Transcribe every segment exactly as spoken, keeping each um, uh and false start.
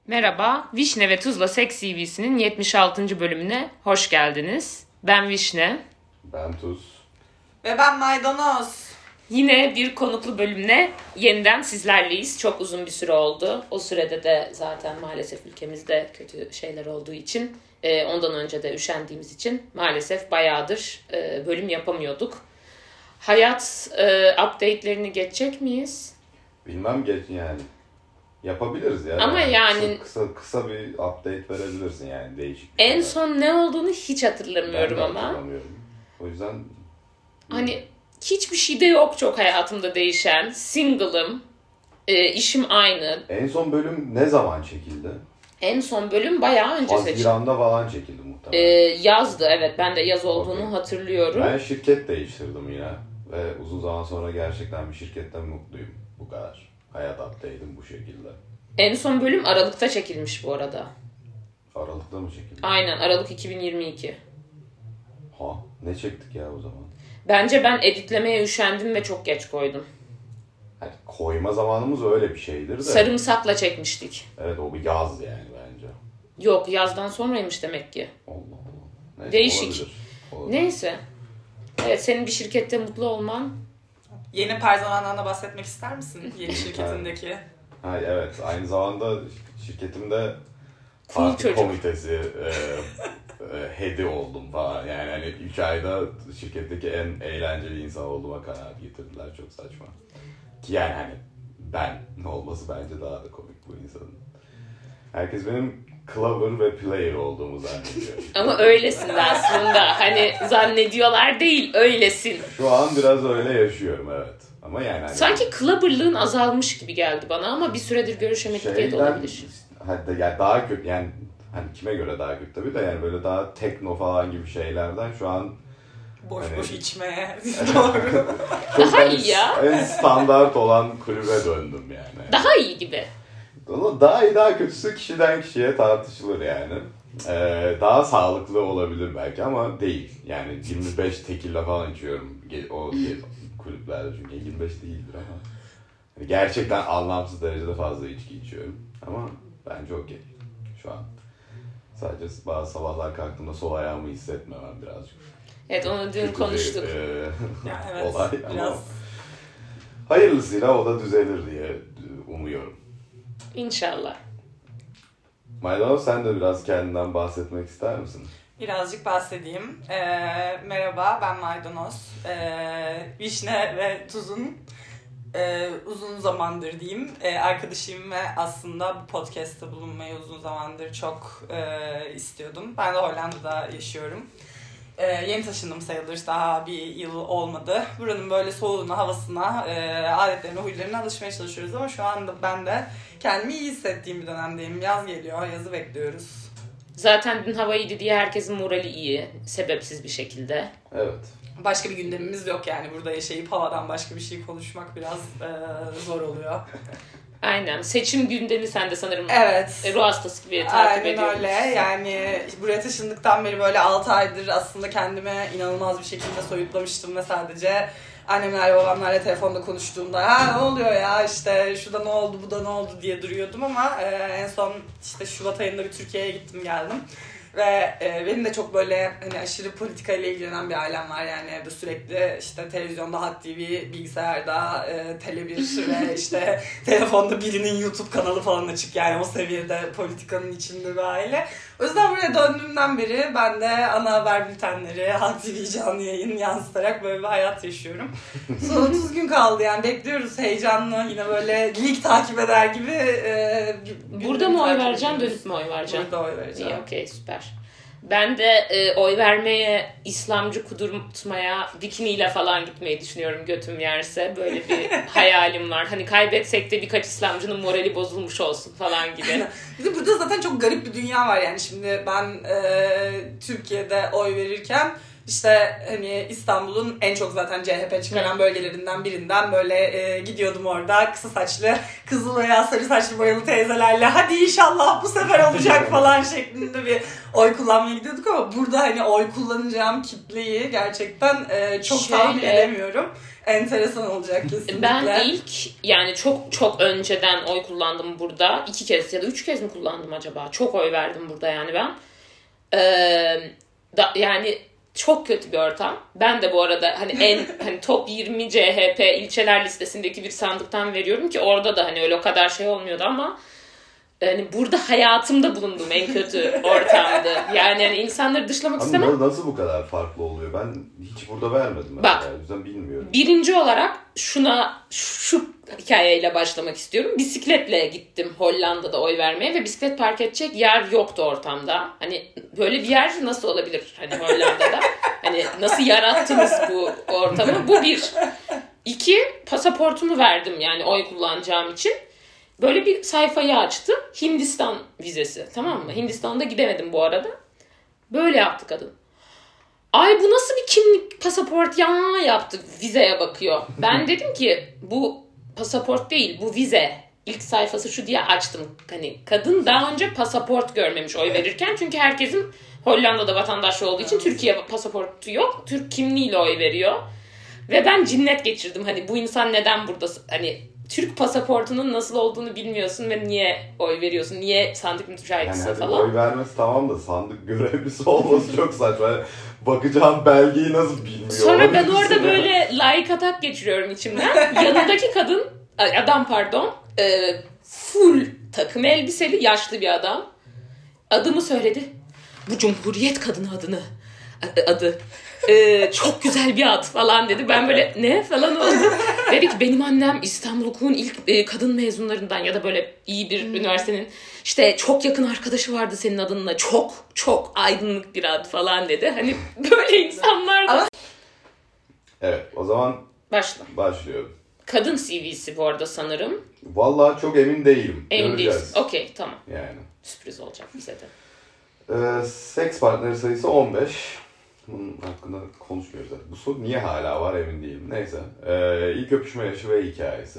Merhaba, Vişne ve Tuzla Seks C V'sinin yetmiş altıncı bölümüne hoş geldiniz. Ben Vişne. Ben Tuz. Ve ben Maydanoz. Yine bir konuklu bölümle yeniden sizlerleyiz. Çok uzun bir süre oldu. O sürede de zaten maalesef ülkemizde kötü şeyler olduğu için, ondan önce de üşendiğimiz için maalesef bayağıdır bölüm yapamıyorduk. Hayat update'lerini geçecek miyiz? Bilmem geç yani. Yapabiliriz ya. Ama yani, yani kısa, kısa kısa bir update verebilirsin yani değişik. En şeyler. son ne olduğunu hiç hatırlamıyorum ben de ama. hatırlamıyorum. O yüzden hani hiçbir şey de yok çok hayatımda değişen. Single'ım. E, işim aynı. En son bölüm ne zaman çekildi? En son bölüm bayağı önce seçildi. Haziran'da falan çekildi muhtemelen. E, yazdı evet. Ben de yaz olduğunu okay. hatırlıyorum. Ben şirket değiştirdim yine. Ve uzun zaman sonra gerçekten bir şirketten mutluyum. Bu kadar. Hayat update'im bu şekilde. En son bölüm Aralık'ta çekilmiş bu arada. Aralık'ta mı çekildi? Aynen, Aralık iki bin yirmi iki. Ha, ne çektik ya o zaman? Bence ben editlemeye üşendim ve çok geç koydum. Yani koyma zamanımız öyle bir şeydir de. Sarımsakla çekmiştik. Evet, o bir yaz yani bence. Yok, yazdan sonraymış demek ki. Allah Allah. Neyse, değişik. Olabilir. Olabilir. Neyse. Evet, senin bir şirkette mutlu olman. Yeni personelden de bahsetmek ister misin? Yeni şirketindeki. Ha, evet. Aynı zamanda şirketimde Cool parti çocuk. komitesi e, e, head'i oldum falan. Yani hani üç ayda şirketteki en eğlenceli insan olduğuma kanaat getirdiler. Çok saçma. Ki yani hani ben olması bence daha da komik bu insanın. Herkes benim clover ve player olduğumu zannediyor. Ama öylesin aslında. Hani zannediyorlar değil, öylesin. Şu an biraz öyle yaşıyorum, evet. Ama yani hani sanki clubber'lığın azalmış gibi geldi bana ama bir süredir görüşemedik diye de olabilir. Hadi yani daha kötü yani hani kime göre daha kötü tabii de yani böyle daha tekno falan gibi şeylerden şu an boş hani, boş içmeye doğru. Daha en, iyi ya. En standart olan kulübe döndüm yani. Daha iyi gibi. Daha iyi daha kötüsü kişiden kişiye tartışılır yani. Ee, daha sağlıklı olabilir belki ama değil. Yani yirmi beş tekilla falan içiyorum o kulüplerde, çünkü yirmi beş değildir ama yani gerçekten anlamsız derecede fazla içki içiyorum. Ama bence okey şu an. Sadece bazı sabahlar kalktığımda sol ayağımı hissetmemem birazcık. Evet, onu dün kötü konuştuk. Bir, e, ya evet, olay biraz. ama hayırlısıyla o da düzelir diye umuyorum. İnşallah. Maydanoz, sen de biraz kendinden bahsetmek ister misin? Birazcık bahsedeyim. Ee, merhaba, ben Maydanoz. Ee, Vişne ve Tuz'un e, uzun zamandır diyeyim e, arkadaşıyım ve aslında bu podcast'ta bulunmayı uzun zamandır çok e, istiyordum. Ben de Hollanda'da yaşıyorum. Ee, yeni taşındım sayılır, daha bir yıl olmadı. Buranın böyle soğuğuna, havasına, e, adetlerine, huylarına alışmaya çalışıyoruz ama şu anda ben de kendimi iyi hissettiğim bir dönemdeyim. Yaz geliyor, yazı bekliyoruz. Zaten dün hava iyiydi diye herkesin morali iyi, sebepsiz bir şekilde. Evet. Başka bir gündemimiz yok yani, burada yaşayıp havadan başka bir şey konuşmak biraz e, zor oluyor. Aynen. Seçim gündemi sen de sanırım evet. ruh hastası gibi takip ediyorsun. Aynen öyle. Yani buraya taşındıktan beri böyle altı aydır aslında kendime inanılmaz bir şekilde soyutlamıştım ve sadece annemlerle babamlarla telefonda konuştuğumda ha ne oluyor ya işte şu da ne oldu bu da ne oldu diye duruyordum ama e, en son işte Şubat ayında bir Türkiye'ye gittim geldim. Ve e, benim de çok böyle hani aşırı politikayla ilgilenen bir ailem var yani, evde sürekli işte televizyonda Hat T V, bilgisayarda e, Tele bir ve işte telefonda birinin YouTube kanalı falan açık, yani o seviyede politikanın içinde bir aile. O yüzden buraya döndüğümden beri ben de ana haber bültenleri, Hat T V canlı yayın yansıtarak böyle bir hayat yaşıyorum. Son otuz gün kaldı yani, bekliyoruz heyecanlı, yine böyle lig takip eder gibi. E, Burada mı oy vereceğim, dönüp mü oy vereceğim? Burada oy vereceğim. İyi, okey, süper. Ben de e, oy vermeye, İslamcı kudurtmaya, bikiniyle falan gitmeyi düşünüyorum götüm yerse. Böyle bir hayalim var. Hani kaybetsek de birkaç İslamcının morali bozulmuş olsun falan gibi. Bir de burada zaten çok garip bir dünya var yani. Şimdi ben e, Türkiye'de oy verirken İşte hani İstanbul'un en çok zaten C H P çıkaran bölgelerinden birinden böyle e, gidiyordum orada kısa saçlı, kızıl veya sarı saçlı boyalı teyzelerle hadi inşallah bu sefer olacak falan şeklinde bir oy kullanmaya gidiyorduk ama burada hani oy kullanacağım kitleyi gerçekten e, çok Şöyle, tahmin edemiyorum. Enteresan olacak kesinlikle. Ben ilk yani çok çok önceden oy kullandım burada. İki kez ya da üç kez mi kullandım acaba? Çok oy verdim burada yani ben. Ee, da, yani çok kötü bir ortam. Ben de bu arada hani en hani top yirmi C H P ilçeler listesindeki bir sandıktan veriyorum ki orada da hani öyle o kadar şey olmuyordu ama yani burada hayatımda bulunduğum en kötü ortamdı. Yani, yani insanları dışlamak ama istemem. nasıl bu kadar farklı oluyor? Ben hiç burada vermedim. Bak. O yüzden bilmiyorum. Birinci olarak şuna şu hikayeyle başlamak istiyorum. Bisikletle gittim Hollanda'da oy vermeye ve bisiklet park edecek yer yoktu ortamda. Hani böyle bir yer nasıl olabilir hani Hollanda'da? Hani nasıl yarattınız bu ortamı? Bu bir. İki, pasaportumu verdim yani oy kullanacağım için. Böyle bir sayfayı açtım. Hindistan vizesi. Tamam mı? Hindistan'da gidemedim bu arada. Böyle yaptı kadın. Ay bu nasıl bir kimlik pasaport ya yaptı. Vizeye bakıyor. Ben dedim ki bu pasaport değil bu vize. İlk sayfası şu diye açtım. Hani kadın daha önce pasaport görmemiş oy verirken. Çünkü herkesin Hollanda'da vatandaşı olduğu için Türkiye pasaportu yok. Türk kimliğiyle oy veriyor. Ve ben cinnet geçirdim. Hani bu insan neden burada hani Türk pasaportunun nasıl olduğunu bilmiyorsun ve niye oy veriyorsun? Niye sandık müteşekkisi yani falan? Oy vermesi tamam da sandık görevlisi olması çok saçma. Bakacağım belgeyi nasıl bilmiyor. Sonra ben orada böyle like atak geçiriyorum içimden. Yanındaki kadın, adam pardon, e, full takım elbiseli yaşlı bir adam. Adımı söyledi. Bu Cumhuriyet kadını adını. Adı. Ee, çok güzel bir ad falan dedi. Ben böyle ne falan oldum. Dedi ki benim annem İstanbul Hukuk'un ilk e, kadın mezunlarından ya da böyle iyi bir hmm. üniversitenin işte çok yakın arkadaşı vardı senin adınla. Çok çok aydınlık bir ad falan dedi. Hani böyle insanlar da. Evet o zaman başla. Başlıyorum. Kadın C V'si bu arada sanırım. Vallahi çok emin değilim. Emin değilsin. Okey tamam. Yani. Sürpriz olacak bize de. Ee, seks partneri sayısı on beş. Bunun hakkında konuşmuyoruz zaten. Bu soru niye hala var emin değilim. Neyse. Ee, ilk öpüşme yaşı ve hikayesi.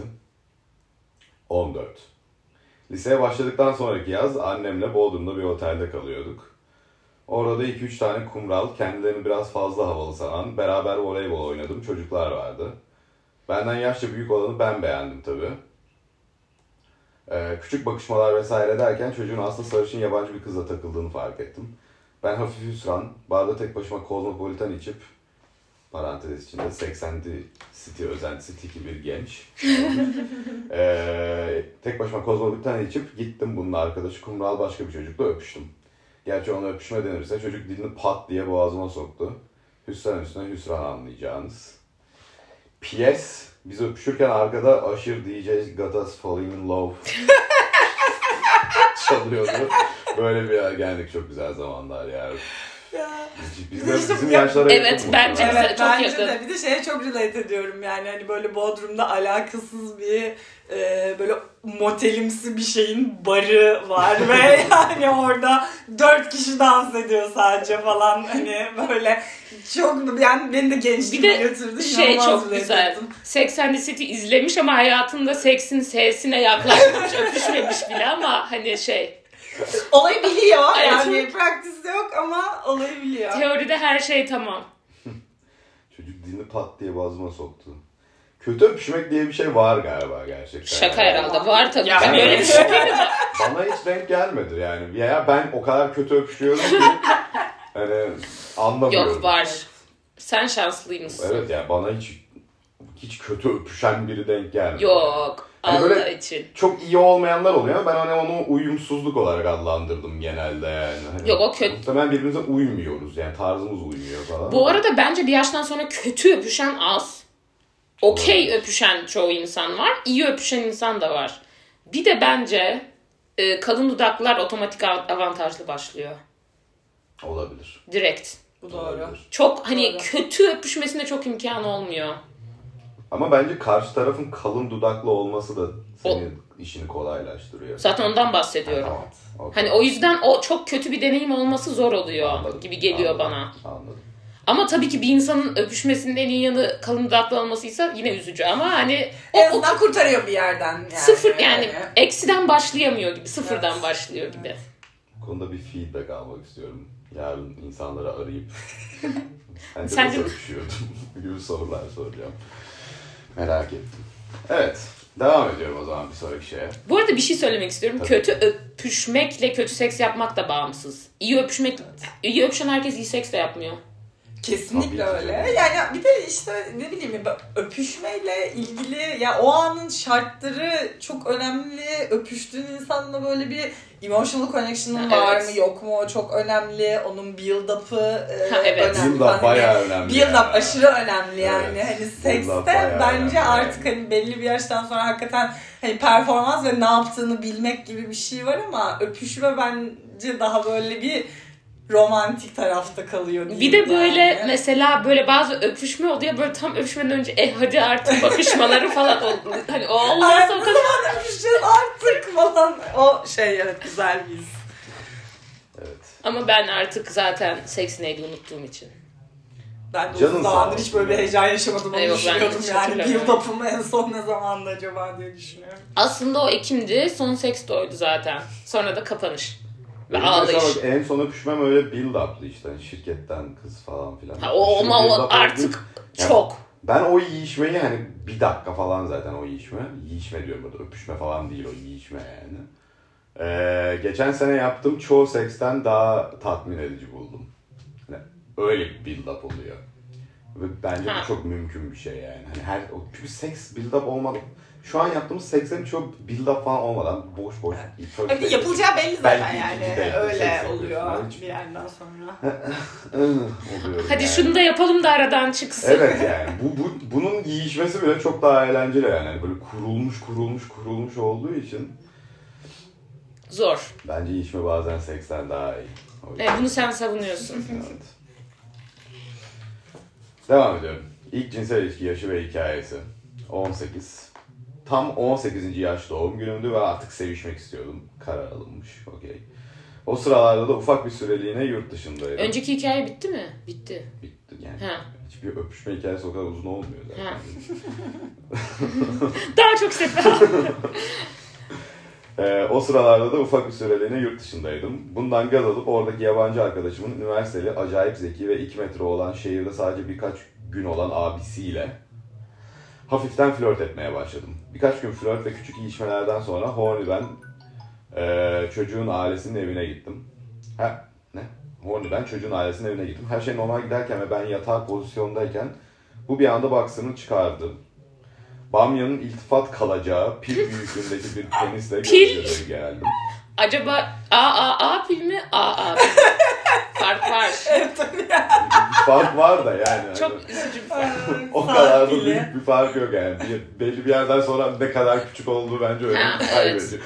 on dört. Liseye başladıktan sonraki yaz annemle Bodrum'da bir otelde kalıyorduk. Orada da iki üç tane kumral, kendilerini biraz fazla havalı sanan, beraber voleybol oynadım çocuklar vardı. Benden yaşça büyük olanı ben beğendim tabii. Ee, küçük bakışmalar vesaire derken çocuğun aslında sarışın yabancı bir kızla takıldığını fark ettim. Ben hafif hüsran, barda tek başıma kozmopolitan içip, parantez içinde seksenli City özentisi tiki bir genç. ee, tek başıma kozmopolitan içip gittim bunun arkadaşı kumral başka bir çocukla öpüştüm. Gerçi ona öpüşme denirse çocuk dilini pat diye boğazıma soktu. Hüsran üstüne hüsran anlayacağınız. P S Biz öpüşürken arkada aşırı D J Got Us Falling in Love çalıyordu. Böyle bir ergenlik çok güzel zamanlar yani. Ya. Biz de bizim yaşlara evet, yakın bence evet, bize çok bence yakın. De. Bir de şeye çok relate ediyorum yani hani böyle Bodrum'da alakasız bir e, böyle motelimsi bir şeyin barı var ve yani orada dört kişi dans ediyor sadece falan hani böyle çok yani beni de gençliğime götürdü. Bir de şey çok güzel. Ettim. Sex and the City izlemiş ama hayatında seksin S'sine yaklaşmamış, öpüşmemiş bile ama hani şey. Olayı biliyor yani practice yok ama olayı biliyor. Teoride her şey tamam. Çocuk dilini pat diye boğazıma soktu. Kötü öpüşmek diye bir şey var galiba gerçekten. Şaka yani. Herhalde var tabii. Yani. Ben öyle bir şey mi? Bana hiç denk gelmedi yani. Ya ben o kadar kötü öpüşüyorum ki hani anlamıyorum. Yok var. Sen şanslıymışsın. Evet yani bana hiç hiç kötü öpüşen biri denk gelmedi. Yok. Hani Allah böyle için. Çok iyi olmayanlar oluyor. Ben hani onu uyumsuzluk olarak adlandırdım genelde yani. Hani yok o kötü. Muhtemelen birbirimize uymuyoruz yani tarzımız uymuyor falan. Bu arada bence bir yaştan sonra kötü öpüşen az. Okey evet. Öpüşen çoğu insan var. İyi öpüşen insan da var. Bir de bence e, kalın dudaklar otomatik avantajlı başlıyor. Olabilir. Direkt. Bu doğru. Çok hani doğru. Kötü öpüşmesine çok imkan olmuyor. Ama bence karşı tarafın kalın dudaklı olması da senin o, işini kolaylaştırıyor. Zaten ondan bahsediyorum. Ha, tamam. Okay. Hani o yüzden o çok kötü bir deneyim olması zor oluyor anladım, gibi geliyor anladım, bana. Anladım. Ama tabii ki bir insanın öpüşmesinin en iyi yanı kalın dudaklı olmasıysa yine üzücü ama hani o, en azından o, kurtarıyor bir yerden yani. Sıfır yani eksiden başlayamıyor gibi, sıfırdan evet. başlıyor gibi. Bu konuda bir feedback almak istiyorum. Yarın insanlara arayıp ben de Sen nasıl öpüşüyordum gibi sorular soracağım. Merak ettim. Evet. Devam ediyorum o zaman bir sonraki şeye. Bu arada bir şey söylemek istiyorum. Tabii. Kötü öpüşmekle kötü seks yapmak da bağımsız. İyi öpüşmek, evet. iyi öpüşen herkes iyi seks de yapmıyor. Kesinlikle öyle. Yani bir de işte ne bileyim öpüşmeyle ilgili ya o anın şartları çok önemli. Öpüştüğün insanla böyle bir emotional connection'ın var evet. mı yok mu o çok önemli. Onun build up'ı ha, evet. önemli. Build up bayağı önemli. Build up yani. Aşırı önemli yani. Evet. Hani sekste bence artık yani. Hani belli bir yaştan sonra hakikaten hani performans ve ne yaptığını bilmek gibi bir şey var ama öpüşme bence daha böyle bir romantik tarafta kalıyor. Bir de böyle yani. Mesela böyle bazı öpüşme oluyor böyle tam öpüşmeden önce eh hadi artık bakışmaları falan oldu. Hani o olmazsa o kadar. Ne zaman öpüşeceğiz artık falan. O şey evet güzel bir his. Evet. Ama ben artık zaten seks neydi unuttuğum için. Ben de uzun zamandır hiç böyle bir heyecan yaşamadım onu Yok, düşünüyordum yani. Build up'ım en son ne zamandı acaba diye düşünüyorum. Aslında o Ekim'di. Son seks de oydu zaten. Sonra da kapanış. Ve ağlayış. En son öpüşmem öyle build up'lı işte. Yani şirketten kız falan filan. Ha, o ama o artık yani çok. Ben o yiyişmeyi hani bir dakika falan zaten o yiyişme. Yiyişme diyorum burada. Öpüşme falan değil o yiyişme yani. Ee, geçen sene yaptığım çoğu seksten daha tatmin edici buldum. Yani öyle bir build up oluyor. Ve bence ha. bu çok mümkün bir şey yani. Hani her çünkü seks build up olmadı. Şu an yaptığımız seksen çok build up falan olmadan boş boş. Evet. Hani yapılacağı belli zaten yani. Belli, öyle oluyor bir yerden sonra. oluyor Hadi yani. Şunu da yapalım da aradan çıksın. Evet yani. Bu, bu bunun yiyişmesi bile çok daha eğlenceli yani. Yani böyle kurulmuş kurulmuş kurulmuş olduğu için. Zor. Bence yiyişme bazen seksten daha iyi. Evet, bunu sen savunuyorsun. Evet. Devam ediyorum. İlk cinsel ilişki yaşı ve hikayesi. on sekiz. Tam on sekizinci yaş doğum günümdü ve artık sevişmek istiyordum. Karar alınmış. Okey. O sıralarda da ufak bir süreliğine yurt dışındaydım. Önceki hikaye bitti mi? Bitti. Bitti yani. Ha. Hiçbir öpüşme hikayesi o kadar uzun olmuyor zaten. Daha çok sefer. ee, o sıralarda da ufak bir süreliğine yurt dışındaydım. Bundan gaz alıp oradaki yabancı arkadaşımın üniversiteli, acayip zeki ve iki metre olan şehirde sadece birkaç gün olan abisiyle hafiften flört etmeye başladım. Birkaç gün flört ve küçük yiyişmelerden sonra horny ben e, çocuğun ailesinin evine gittim. Ha, ne? Horny ben çocuğun ailesinin evine gittim. Her şey normal giderken ve ben yatağa pozisyondayken bu bir anda boxer'ını çıkardı. Bamya'nın iltifat kalacağı pil büyüklüğündeki bir penisle gözleri geldim. Acaba A A A pil mi? A A pil. Fark var. Evet tabii ya. Fark var da yani. Çok üzücü bir fark. O kadar da büyük bir fark yok yani. Bir, belli bir yerden sonra ne kadar küçük olduğu bence öyle bir kaybediyor.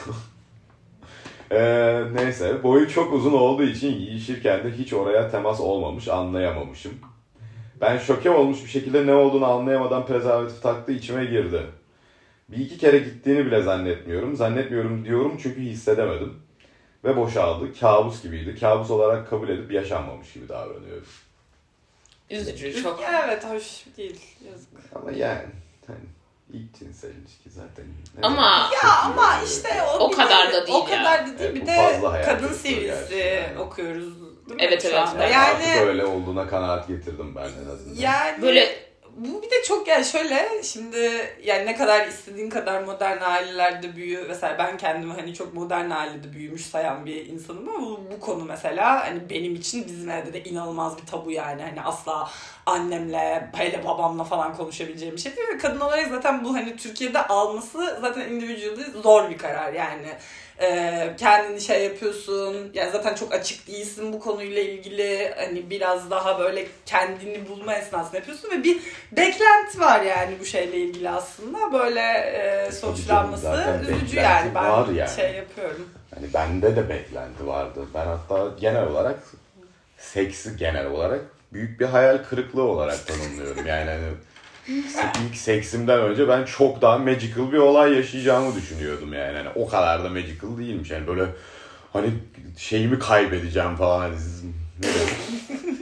ee, neyse boyu çok uzun olduğu için yiyişirken de hiç oraya temas olmamış, anlayamamışım. Ben şoke olmuş bir şekilde ne olduğunu anlayamadan prezervatif taktı içime girdi. Bir iki kere gittiğini bile zannetmiyorum. Zannetmiyorum diyorum çünkü hissedemedim. Ve boşaldı. Kabus gibiydi. Kabus olarak kabul edip yaşanmamış gibi davranıyorum. Üzücü çok. Evet hoş değil. Yazık. Ama yani hani ilk cinsel ilişki zaten. Ama ya ama işte o, o kadar da değil o kadar da değil. Evet, bir de kadın sevrisi yani. Okuyoruz. Evet evet. Yani, yani böyle olduğuna kanaat getirdim ben en azından. Yani böyle bu bir de çok yani şöyle şimdi yani ne kadar istediğin kadar modern ailelerde büyü mesela ben kendimi hani çok modern ailede büyümüş sayan bir insanım ama bu, bu konu mesela hani benim için bizim evde de inanılmaz bir tabu yani hani asla annemle hele babamla falan konuşabileceğim bir şey değil ve kadın olarak zaten bu hani Türkiye'de alması zaten individually zor bir karar yani. Ee, kendini şey yapıyorsun yani zaten çok açık değilsin bu konuyla ilgili hani biraz daha böyle kendini bulma esnasında yapıyorsun ve bir beklenti var yani bu şeyle ilgili aslında böyle e, sonuçlanması üzücü yani ben yani. Şey yapıyorum. Hani bende de beklenti vardı ben hatta genel olarak seksi genel olarak büyük bir hayal kırıklığı olarak tanımlıyorum yani hani ilk seksimden önce ben çok daha magical bir olay yaşayacağımı düşünüyordum yani. Yani o kadar da magical değilmiş yani böyle hani şeyimi kaybedeceğim falan hani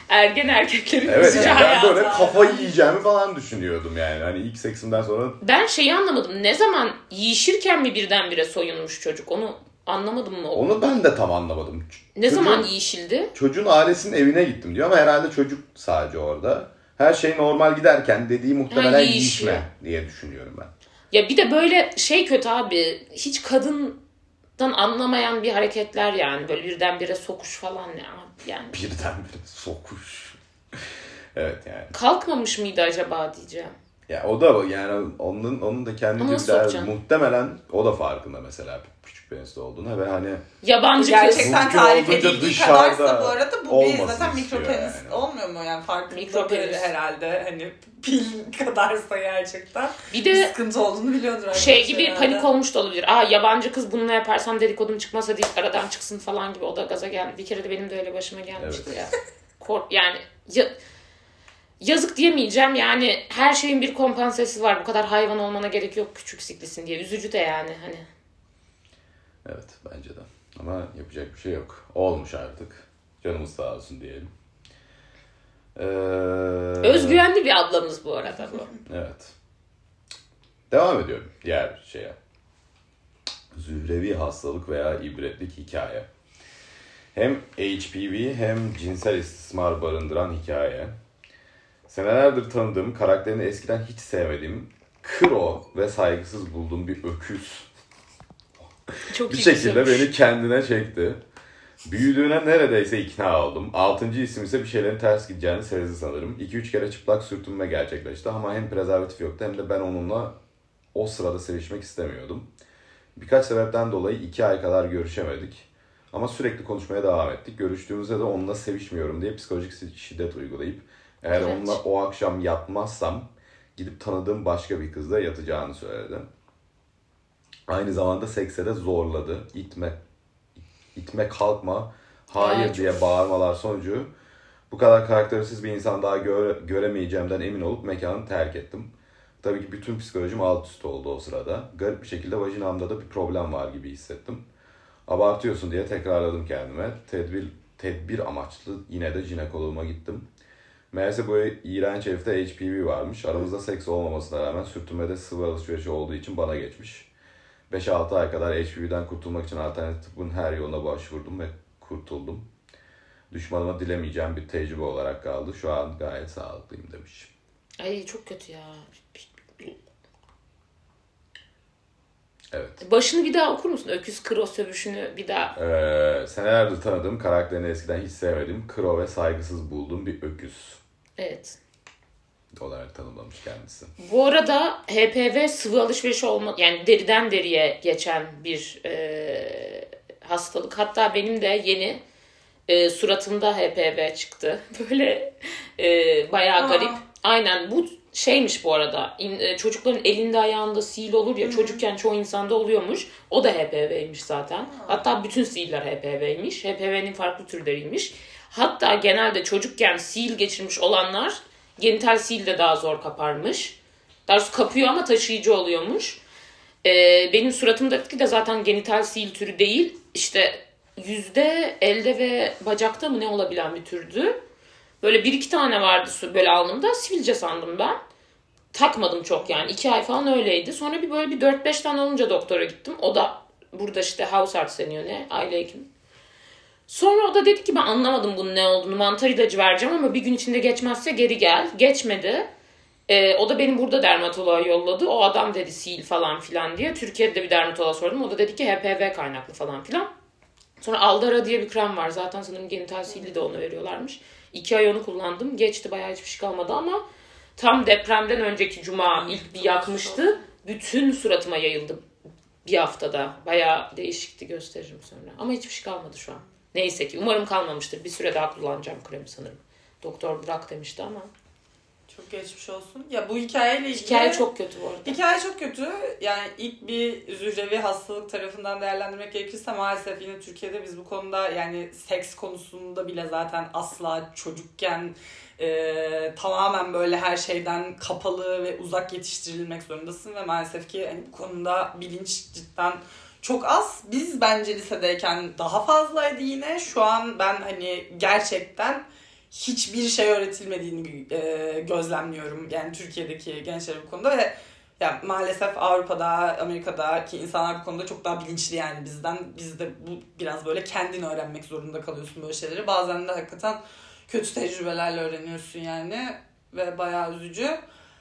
ergen erkeklerin Evet üzücü yani ben hayatı. böyle kafayı yiyeceğimi falan düşünüyordum yani. Hani ilk seksimden sonra. Ben şeyi anlamadım. Ne zaman yiyişirken mi birdenbire soyunmuş çocuk? Onu anlamadım mı? Onu ben de tam anlamadım. Ne Çocuğun, zaman yiyişildi? Çocuğun ailesinin evine gittim diyor ama herhalde çocuk sadece orada. Her şey normal giderken dediği muhtemelen Ha, yiyişme diye düşünüyorum ben. Ya bir de böyle şey kötü abi. Hiç kadından anlamayan bir hareketler yani. Böyle birdenbire sokuş falan ne abi yani. Birdenbire sokuş. Evet yani. Kalkmamış mıydı acaba diyeceğim. Ya o da yani onun onun da kendince bir der, muhtemelen o da farkında mesela küçük penisli olduğuna ve hani yabancı gerçekten kız tarif edildiği kadarsa bu arada bu bir zaten istiyor mikropenis yani. olmuyor mu yani farklı Mikropenis herhalde hani pil kadarsa gerçekten bir de sıkıntı olduğunu biliyordur şey gibi herhalde. panik olmuş da olabilir. Aa yabancı kız bununla yaparsam dedikodum çıkmasa deyip aradan çıksın falan gibi o da gaza geldi. Bir kere de benim de öyle başıma gelmişti evet. ya. Kork yani ya, yazık diyemeyeceğim yani her şeyin bir kompansesi var. Bu kadar hayvan olmana gerek yok küçük siklisin diye. Üzücü de yani hani. Evet bence de. Ama yapacak bir şey yok. Olmuş artık. Canımız sağ olsun diyelim. Ee... Özgüvenli bir ablamız bu arada bu. Evet. Devam ediyorum diğer şeye. Zührevi hastalık veya ibretlik hikaye. Hem H P V hem cinsel istismar barındıran hikaye. Senelerdir tanıdığım, karakterini eskiden hiç sevmediğim, kro ve saygısız bulduğum bir öküz. Çok bir iyi şekilde güzelmiş. beni kendine çekti. Büyüdüğüne neredeyse ikna oldum. Altıncı isim ise bir şeylerin ters gideceğini sezdi sanırım. iki üç kere çıplak sürtünme gerçekleşti ama hem prezervatif yoktu hem de ben onunla o sırada sevişmek istemiyordum. Birkaç sebepten dolayı iki ay kadar görüşemedik. Ama sürekli konuşmaya devam ettik. Görüştüğümüzde de onunla sevişmiyorum diye psikolojik şiddet uygulayıp eğer evet. onunla o akşam yatmazsam gidip tanıdığım başka bir kızla yatacağını söyledi. Aynı zamanda sekse de zorladı. İtme, itme kalkma, hayır ya, diye çok... bağırmalar sonucu bu kadar karaktersiz bir insan daha göre, göremeyeceğimden emin olup mekanı terk ettim. Tabii ki bütün psikolojim alt üst oldu o sırada. Garip bir şekilde vajinamda da bir problem var gibi hissettim. Abartıyorsun diye tekrarladım kendime. Tedbir, tedbir amaçlı yine de jinekoloğuma gittim. Meğerse bu iğrenç herifte H P V varmış. Aramızda seks olmamasına rağmen sürtünmede sıvı alışverişi olduğu için bana geçmiş. beş altı ay kadar H P V'den kurtulmak için alternatif tıbbın her yoluna başvurdum ve kurtuldum. Düşmanıma dilemeyeceğim bir tecrübe olarak kaldı. Şu an gayet sağlıklıyım demiş. Ay çok kötü ya. Evet. Başını bir daha okur musun? Öküz kro sövüşünü bir daha. Ee, senelerdir tanıdığım, karakterini eskiden hiç sevmediğim, kro ve saygısız bulduğum bir öküz. Evet. Olarak tanımlamış kendisi. Bu arada H P V sıvı alışverişi olma, yani deriden deriye geçen bir e, hastalık. Hatta benim de yeni e, suratımda H P V çıktı. Böyle e, bayağı Aa. garip. Aynen bu şeymiş bu arada. İn, e, çocukların elinde ayağında sil olur ya. Hı-hı. Çocukken çoğu insanda oluyormuş. O da H P V'ymiş zaten. Aa. Hatta bütün siller H P V'ymiş. H P V'nin farklı türleriymiş. Hatta genelde çocukken sil geçirmiş olanlar genital sil de daha zor kaparmış. Daha doğrusu kapıyor ama taşıyıcı oluyormuş. Ee, benim suratımdaki de zaten genital sil türü değil. İşte yüzde elde ve bacakta mı ne olabilen bir türdü. Böyle bir iki tane vardı böyle alnımda. Sivilce sandım ben. Takmadım çok yani. iki ay falan öyleydi. Sonra bir böyle bir dört beş tane olunca doktora gittim. O da burada işte house arts deniyor ne? Aile hekimi. Sonra o da dedi ki ben anlamadım bunun ne olduğunu. Mantar ilacı vereceğim ama bir gün içinde geçmezse geri gel. Geçmedi. Ee, o da beni burada dermatoloğa yolladı. O adam dedi sil falan filan diye. Türkiye'de de bir dermatoloğa sordum. O da dedi ki H P V kaynaklı falan filan. Sonra Aldara diye bir krem var. Zaten sanırım genital silli de onu veriyorlarmış. İki ay onu kullandım. Geçti bayağı hiçbir şey kalmadı ama tam depremden önceki cuma ilk bir yakmıştı. Bütün suratıma yayıldı bir haftada. Bayağı değişikti, gösteririm sonra. Ama hiçbir şey kalmadı şu an. Neyse ki umarım kalmamıştır. Bir süre daha kullanacağım kremi sanırım. Doktor bırak demişti ama. Çok geçmiş olsun. Ya bu hikayeyle ilgili... Hikaye çok kötü bu arada. Hikaye çok kötü. Yani ilk bir zührevi hastalık tarafından değerlendirmek gerekirse maalesef yine Türkiye'de biz bu konuda yani seks konusunda bile zaten asla çocukken e, tamamen böyle her şeyden kapalı ve uzak yetiştirilmek zorundasın ve maalesef ki hani bu konuda bilinç cidden çok az. Biz bence lisedeyken daha fazlaydı yine. Şu an ben hani gerçekten hiçbir şey öğretilmediğini e, gözlemliyorum yani Türkiye'deki gençlere bu konuda ve ya maalesef Avrupa'da, Amerika'daki insanlar bu konuda çok daha bilinçli yani bizden. Biz de bu biraz böyle kendin öğrenmek zorunda kalıyorsun böyle şeyleri. Bazen de hakikaten kötü tecrübelerle öğreniyorsun yani ve bayağı üzücü.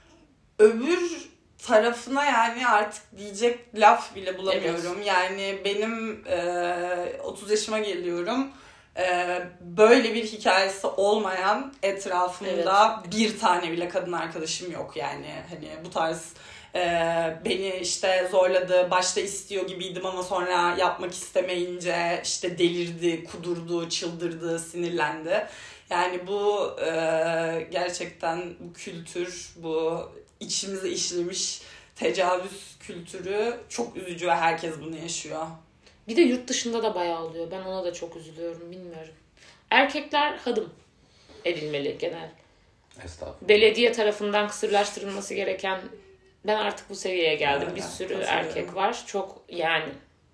Öbür tarafına yani artık diyecek laf bile bulamıyorum. Evet. Yani benim e, otuz yaşıma geliyorum. E, böyle bir hikayesi olmayan etrafımda evet. bir tane bile kadın arkadaşım yok yani. Hani bu tarz e, beni işte zorladı, başta istiyor gibiydim ama sonra yapmak istemeyince işte delirdi, kudurdu, çıldırdı, sinirlendi. Yani bu e, gerçekten bu kültür, bu içimize işlemiş tecavüz kültürü çok üzücü ve herkes bunu yaşıyor. Bir de yurt dışında da bayağı oluyor. Ben ona da çok üzülüyorum, bilmiyorum. Erkekler hadım edilmeli genel. Estağfurullah. Belediye tarafından kısırlaştırılması gereken, ben artık bu seviyeye geldim. Evet, bir sürü erkek var. Çok yani.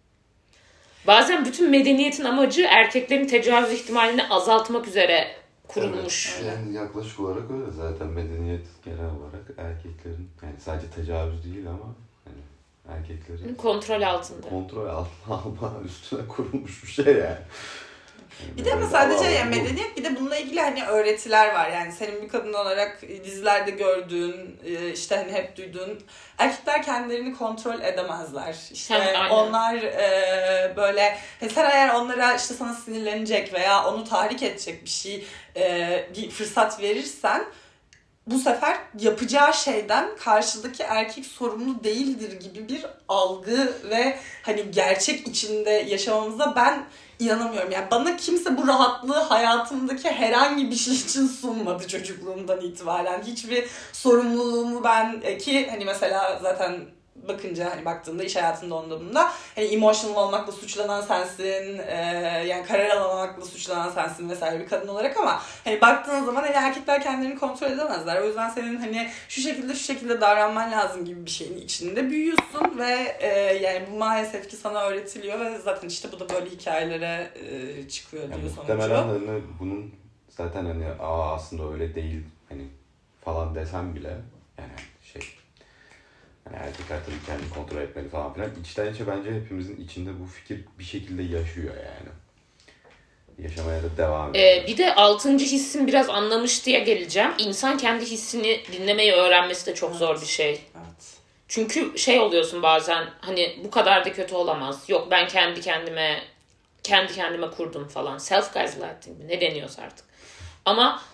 Bazen bütün medeniyetin amacı erkeklerin tecavüz ihtimalini azaltmak üzere kurulmuş. Evet, yani yaklaşık olarak öyle zaten medeniyet genel olarak erkeklerin yani sadece tecavüz değil ama hani erkeklerin kontrol altında. Kontrol altına alma üstüne kurulmuş bir şey yani. Yani bir de ama sadece yani medeniyet bir de bununla ilgili hani öğretiler var. Yani senin bir kadın olarak dizilerde gördüğün, işte hani hep duyduğun erkekler kendilerini kontrol edemezler. İşte Aynen. onlar e, böyle sen eğer onlara işte sana sinirlenecek veya onu tahrik edecek bir şey e, bir fırsat verirsen bu sefer yapacağı şeyden karşıdaki erkek sorumlu değildir gibi bir algı ve hani gerçek içinde yaşamamıza ben inanamıyorum. Yani bana kimse bu rahatlığı hayatımdaki herhangi bir şey için sunmadı çocukluğumdan itibaren. Hiçbir sorumluluğumu ben ki hani mesela zaten bakınca hani baktığında iş hayatında onda bunda hani emotional olmakla suçlanan sensin, e, yani karar alamamakla suçlanan sensin vesaire bir kadın olarak ama hani baktığın zaman hani erkekler kendilerini kontrol edemezler. O yüzden senin hani şu şekilde şu şekilde davranman lazım gibi bir şeyin içinde büyüyorsun ve e, yani bu maalesef ki sana öğretiliyor ve zaten işte bu da böyle hikayelere e, çıkıyor diyor yani sonucu. Muhtemelen hani bunun zaten hani aa aslında öyle değil hani falan desem bile yani şey yani erkekler tabii kendini kontrol etmeli falan filan. İçten içe bence hepimizin içinde bu fikir bir şekilde yaşıyor yani. Yaşamaya da devam ediyor. Ee, bir de altıncı hissim biraz anlamış diye geleceğim. İnsan kendi hissini dinlemeyi öğrenmesi de çok evet. zor bir şey. Evet. Çünkü şey oluyorsun bazen hani bu kadar da kötü olamaz. Yok ben kendi kendime kendi kendime kurdum falan. Self-gaslighting mi? Ne deniyorsa artık. Ama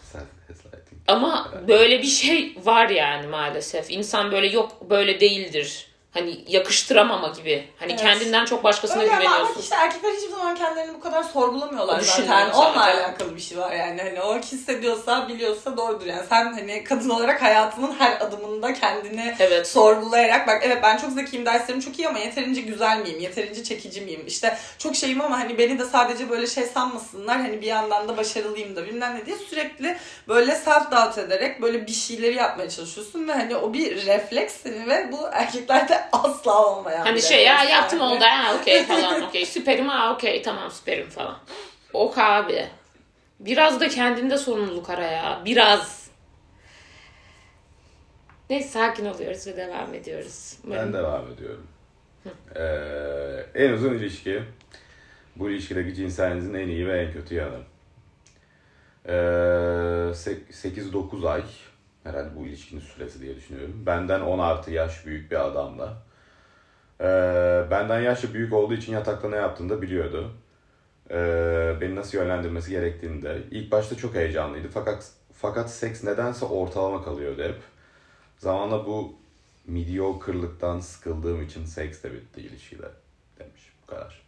Ama böyle bir şey var yani maalesef. İnsan böyle yok böyle değildir. Hani yakıştıramama gibi. Hani evet. kendinden çok başkasına öyle güveniyorsun. Öyle ama işte erkekler hiçbir zaman kendilerini bu kadar sorgulamıyorlar zaten. zaten. Onunla alakalı bir şey var yani. Hani o hissediyorsa, biliyorsa doğrudur. Yani sen hani kadın olarak hayatının her adımında kendini evet. sorgulayarak bak evet ben çok zekiyim, derslerim çok iyi ama yeterince güzel miyim? Yeterince çekici miyim? İşte çok şeyim ama hani beni de sadece böyle şey sanmasınlar. Hani bir yandan da başarılıyım da bilmem ne diye sürekli böyle self doubt ederek böyle bir şeyleri yapmaya çalışıyorsun ve hani o bir refleks seni ve bu erkeklerde asla olmayan. Hani şey ya yaptım oldu ha okey falan okey süperim ha okey tamam süperim falan. Ok abi. Biraz da kendinde sorumluluk ara ya. Biraz. Neyse sakin oluyoruz ve devam ediyoruz. Umarım. Ben devam ediyorum. ee, en uzun ilişki. Bu ilişkideki cinselinizin en iyi ve en kötü yanı. Ee, sekiz dokuz ay. Herhalde bu ilişkinin süresi diye düşünüyorum. Benden on artı yaş büyük bir adamla. Ee, benden yaşça büyük olduğu için yatakta ne yaptığını da biliyordu. Ee, beni nasıl yönlendirmesi gerektiğini de. İlk başta çok heyecanlıydı. Fakat fakat seks nedense ortalama kalıyordu hep. Zamanla bu mediocre'lıktan sıkıldığım için seks de bitti ilişkide demiş. Bu kadar.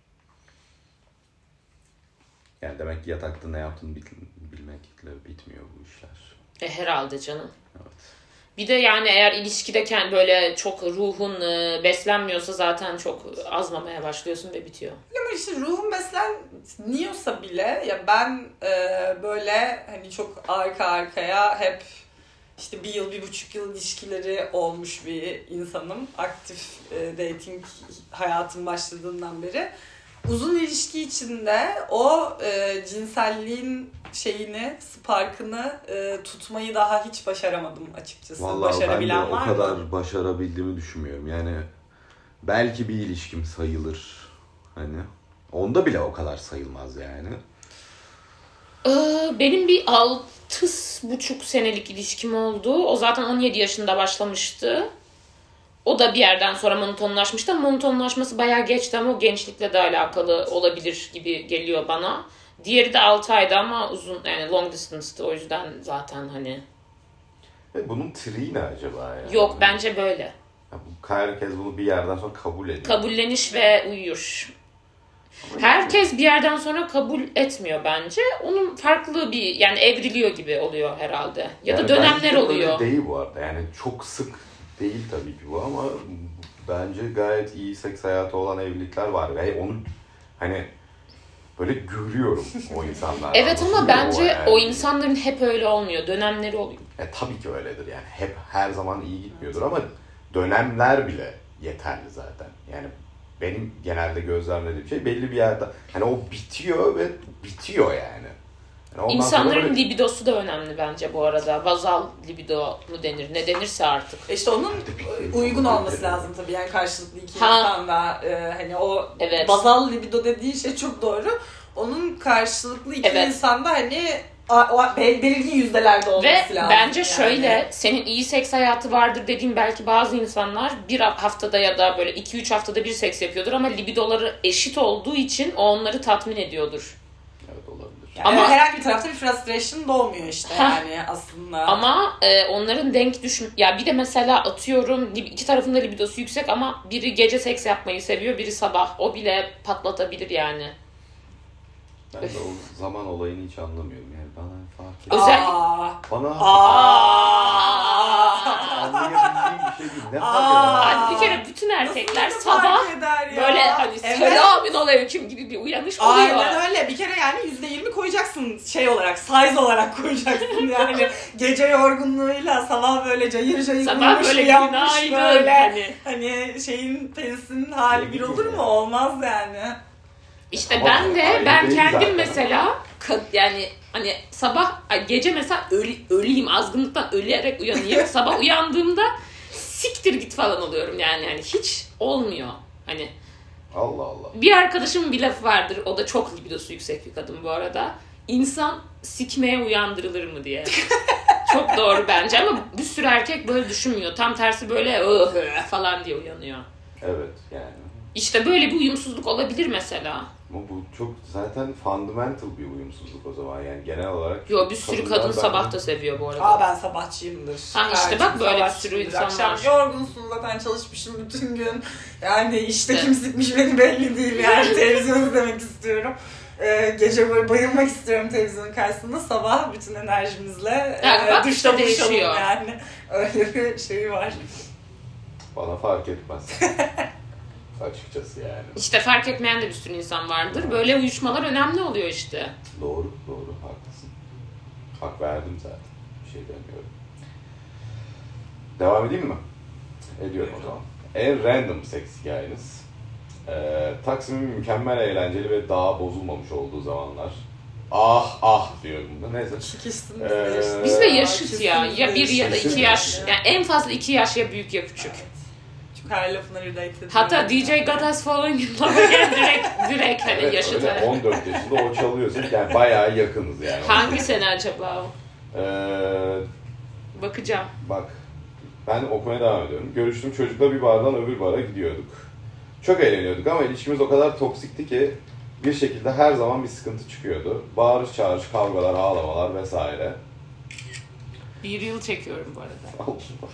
Yani demek ki yatakta ne yaptığını bilmekle bitmiyor bu işler. E, herhalde canım. Evet. Bir de yani eğer ilişkideyken böyle çok ruhun beslenmiyorsa zaten çok azmamaya başlıyorsun ve bitiyor. Ama işte ruhun besleniyorsa bile ya ben e, böyle hani çok arka arkaya hep işte bir yıl, bir buçuk yıl ilişkileri olmuş bir insanım. Aktif e, dating hayatım başladığından beri. uzun ilişki içinde o e, cinselliğin şeyini, sparkını e, tutmayı daha hiç başaramadım açıkçası. Vallahi Başarabilen ben de var o kadar mı? başarabildiğimi düşünmüyorum. Yani belki bir ilişkim sayılır. Hani onda bile o kadar sayılmaz yani. Ee, benim bir altı buçuk senelik ilişkim oldu. O zaten on yedi yaşında başlamıştı. O da bir yerden sonra monotonlaşmıştı. Monotonlaşması bayağı geçti ama o gençlikle de alakalı olabilir gibi geliyor bana. Diğeri de altı aydı ama uzun, yani long distance'tı. O yüzden zaten hani... Ve bunun triği ne acaba yani? Yok, bence böyle. Ya bu, herkes bunu bir yerden sonra kabul ediyor. Kabulleniş ve uyuyor. Herkes bir yerden sonra kabul etmiyor bence. Onun farklı bir, yani evriliyor gibi oluyor herhalde. Ya yani da dönemler bence oluyor. Öyle değil bu arada. Yani çok sık değil tabii ki bu ama bence gayet iyi seks hayatı olan evlilikler var. Ve onu hani böyle görüyorum o insanlar. Evet ama bence o, yani. o insanların hep öyle olmuyor. Dönemleri oluyor. E, tabii ki öyledir yani. Hep her zaman iyi gitmiyordur ama dönemler bile yeterli zaten. Yani benim genelde gözlemlediğim şey belli bir yerde hani o bitiyor ve bitiyor yani. yani İnsanların böyle... libidosu da önemli bence bu arada. Bazal libido mu denir? Ne denirse artık. İşte onun uygun olması lazım tabii yani karşılıklı iki ha. insan da e, hani o evet. bazal libido dediği şey çok doğru. Onun karşılıklı iki evet. insan da hani o belirgin yüzdelerde olması ve lazım. Ve bence yani. şöyle, senin iyi seks hayatı vardır dediğim belki bazı insanlar bir haftada ya da böyle iki üç haftada bir seks yapıyordur ama libidoları eşit olduğu için o onları tatmin ediyordur. Evet, olabilir. Yani ama herhangi bir tarafta bir frustration doğmuyor işte ha. yani aslında. Ama e, onların denk düşün... Ya bir de mesela atıyorum iki tarafın da libidosu yüksek ama biri gece seks yapmayı seviyor, biri sabah. O bile patlatabilir yani. Ben Öf. de o zaman olayını hiç anlamıyorum yani bana fark ediyor. Özel... Bana Aa. anlayabildiğim bir şey değil. Ne fark eder? Bir kere bütün erkekler sabah böyle hani evet. selamün aleyküm gibi bir uyanış oluyor. Aynen öyle. Bir kere yani yüzde yirmi koyacaksın şey olarak, size olarak koyacaksın yani. Gece yorgunluğuyla sabah böyle cayır cayır sabah böyle uyanmış böyle. Hani. hani şeyin penisinin hali bir olur mu? Olmaz yani. İşte ama ben de ben kendim zaten. mesela yani hani sabah gece mesela ölü, öleyim azgınlıktan ölüyerek uyanayım. Sabah uyandığımda siktir git falan oluyorum yani yani hiç olmuyor. Hani Allah Allah. Bir arkadaşımın bir lafı vardır. O da çok libidosu yüksek bir kadın bu arada. İnsan sikmeye uyandırılır mı diye. Çok doğru bence ama bir sürü erkek böyle düşünmüyor. Tam tersi böyle ıh falan diye uyanıyor. Evet yani. İşte böyle bir uyumsuzluk olabilir mesela. Ama bu çok zaten fundamental bir uyumsuzluk o zaman yani genel olarak. Yo bir sürü kadın sabah da seviyor bu arada. Aa ben sabahçıyımdır. Ha işte Her bak böyle bir sürü insan akşam var. yorgunsun zaten çalışmışım bütün gün. Yani işte evet. Kim sıkmış beni belli değil yani televizyon izlemek istiyorum. Ee, gece böyle bayılmak istiyorum televizyonun karşısında. Sabah bütün enerjimizle yani e, bak duşta işte değişiyor. Yani öyle bir şey var. Bana fark etmez. Açıkçası yani. İşte fark etmeyen de bir sürü insan vardır. Böyle uyuşmalar önemli oluyor işte. Doğru, doğru. Haklısın. Hak verdim zaten. Bir şey demiyorum. Devam edeyim mi? Ediyorum o zaman. En random seks hikayeniz. Ee, Taksim'in mükemmel eğlenceli ve daha bozulmamış olduğu zamanlar. Ah ah diyorum da neyse. Ee, Biz de yaşıt ya. Ya bir ya da iki yaş. Yani en fazla iki yaş ya büyük ya küçük. Her lafına relate ediyorum. Hatta D J God Has Fallen in Love Again direkt, direkt hani evet, yaşıt. Öyle on dört yaşında o çalıyorsun yani bayağı yakınız yani. Hangi sene acaba o? Ee, Bakacağım. Bak ben okumaya devam ediyorum. Görüştüğüm çocukla bir bardan öbür bara gidiyorduk. Çok eğleniyorduk ama ilişkimiz o kadar toksikti ki bir şekilde her zaman bir sıkıntı çıkıyordu. Bağırış çağırış, kavgalar, ağlamalar vesaire. Bir yıl çekiyorum bu arada.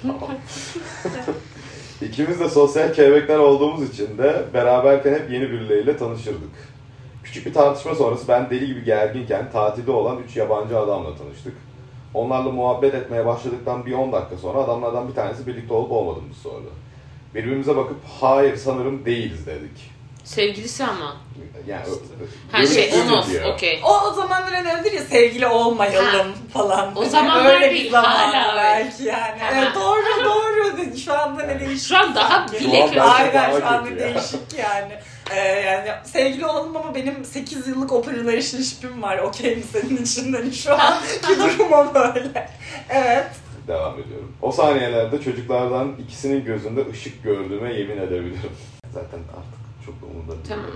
İkimiz de sosyal kelebekler olduğumuz için de beraberken hep yeni birileriyle tanışırdık. Küçük bir tartışma sonrası ben deli gibi gerginken tatilde olan üç yabancı adamla tanıştık. Onlarla muhabbet etmeye başladıktan bir on dakika sonra adamlardan bir tanesi birlikte olup olmadığımızı sordu. Birbirimize bakıp hayır sanırım değiliz dedik. Sevgilisi ama. Yani her şey on off, okey. O, o zamanlar önemlidir ya sevgili olmayalım ha. falan. O zamanlar öyle değil, bir zamanlar hala belki yani. Evet, doğru doğru. Şu anda ne değişik. Şu an daha sanki. bile kötü. Aynen şu anda değişik yani. Ee, yani sevgili olalım ama benim sekiz yıllık open relationship'im var. Okey mi senin için? Hani şu anki duruma böyle. Evet. Devam ediyorum. O saniyelerde çocuklardan ikisinin gözünde ışık gördüğüme yemin edebilirim. Zaten artık çok da umurumda değil. Tamam.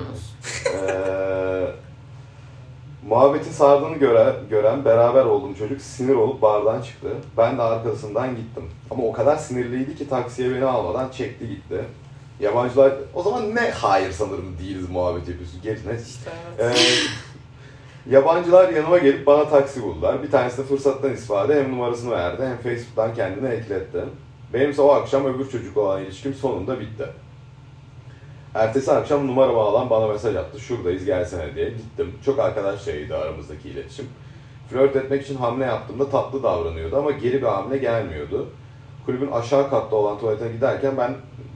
Ee, muhabbetin sardığını göre, gören beraber olduğum çocuk sinir olup bardan çıktı. Ben de arkasından gittim. Ama o kadar sinirliydi ki taksiye beni almadan çekti gitti. Yabancılar, o zaman ne hayır sanırım değiliz muhabbet yapıyorsun. Gerçi ne? İşte Ee, evet. yabancılar yanıma gelip bana taksi buldular. Bir tanesi de fırsattan istifade hem numarasını verdi hem Facebook'tan kendini ekletti. Benimse o akşam öbür çocukla olan ilişkim sonunda bitti. Ertesi akşam numaramı alan bana mesaj attı. Şuradayız gelsene diye. Gittim. Çok arkadaşlarıydı aramızdaki iletişim. Flört etmek için hamle yaptığımda tatlı davranıyordu ama geri bir hamle gelmiyordu. Kulübün aşağı katta olan tuvaletine giderken ben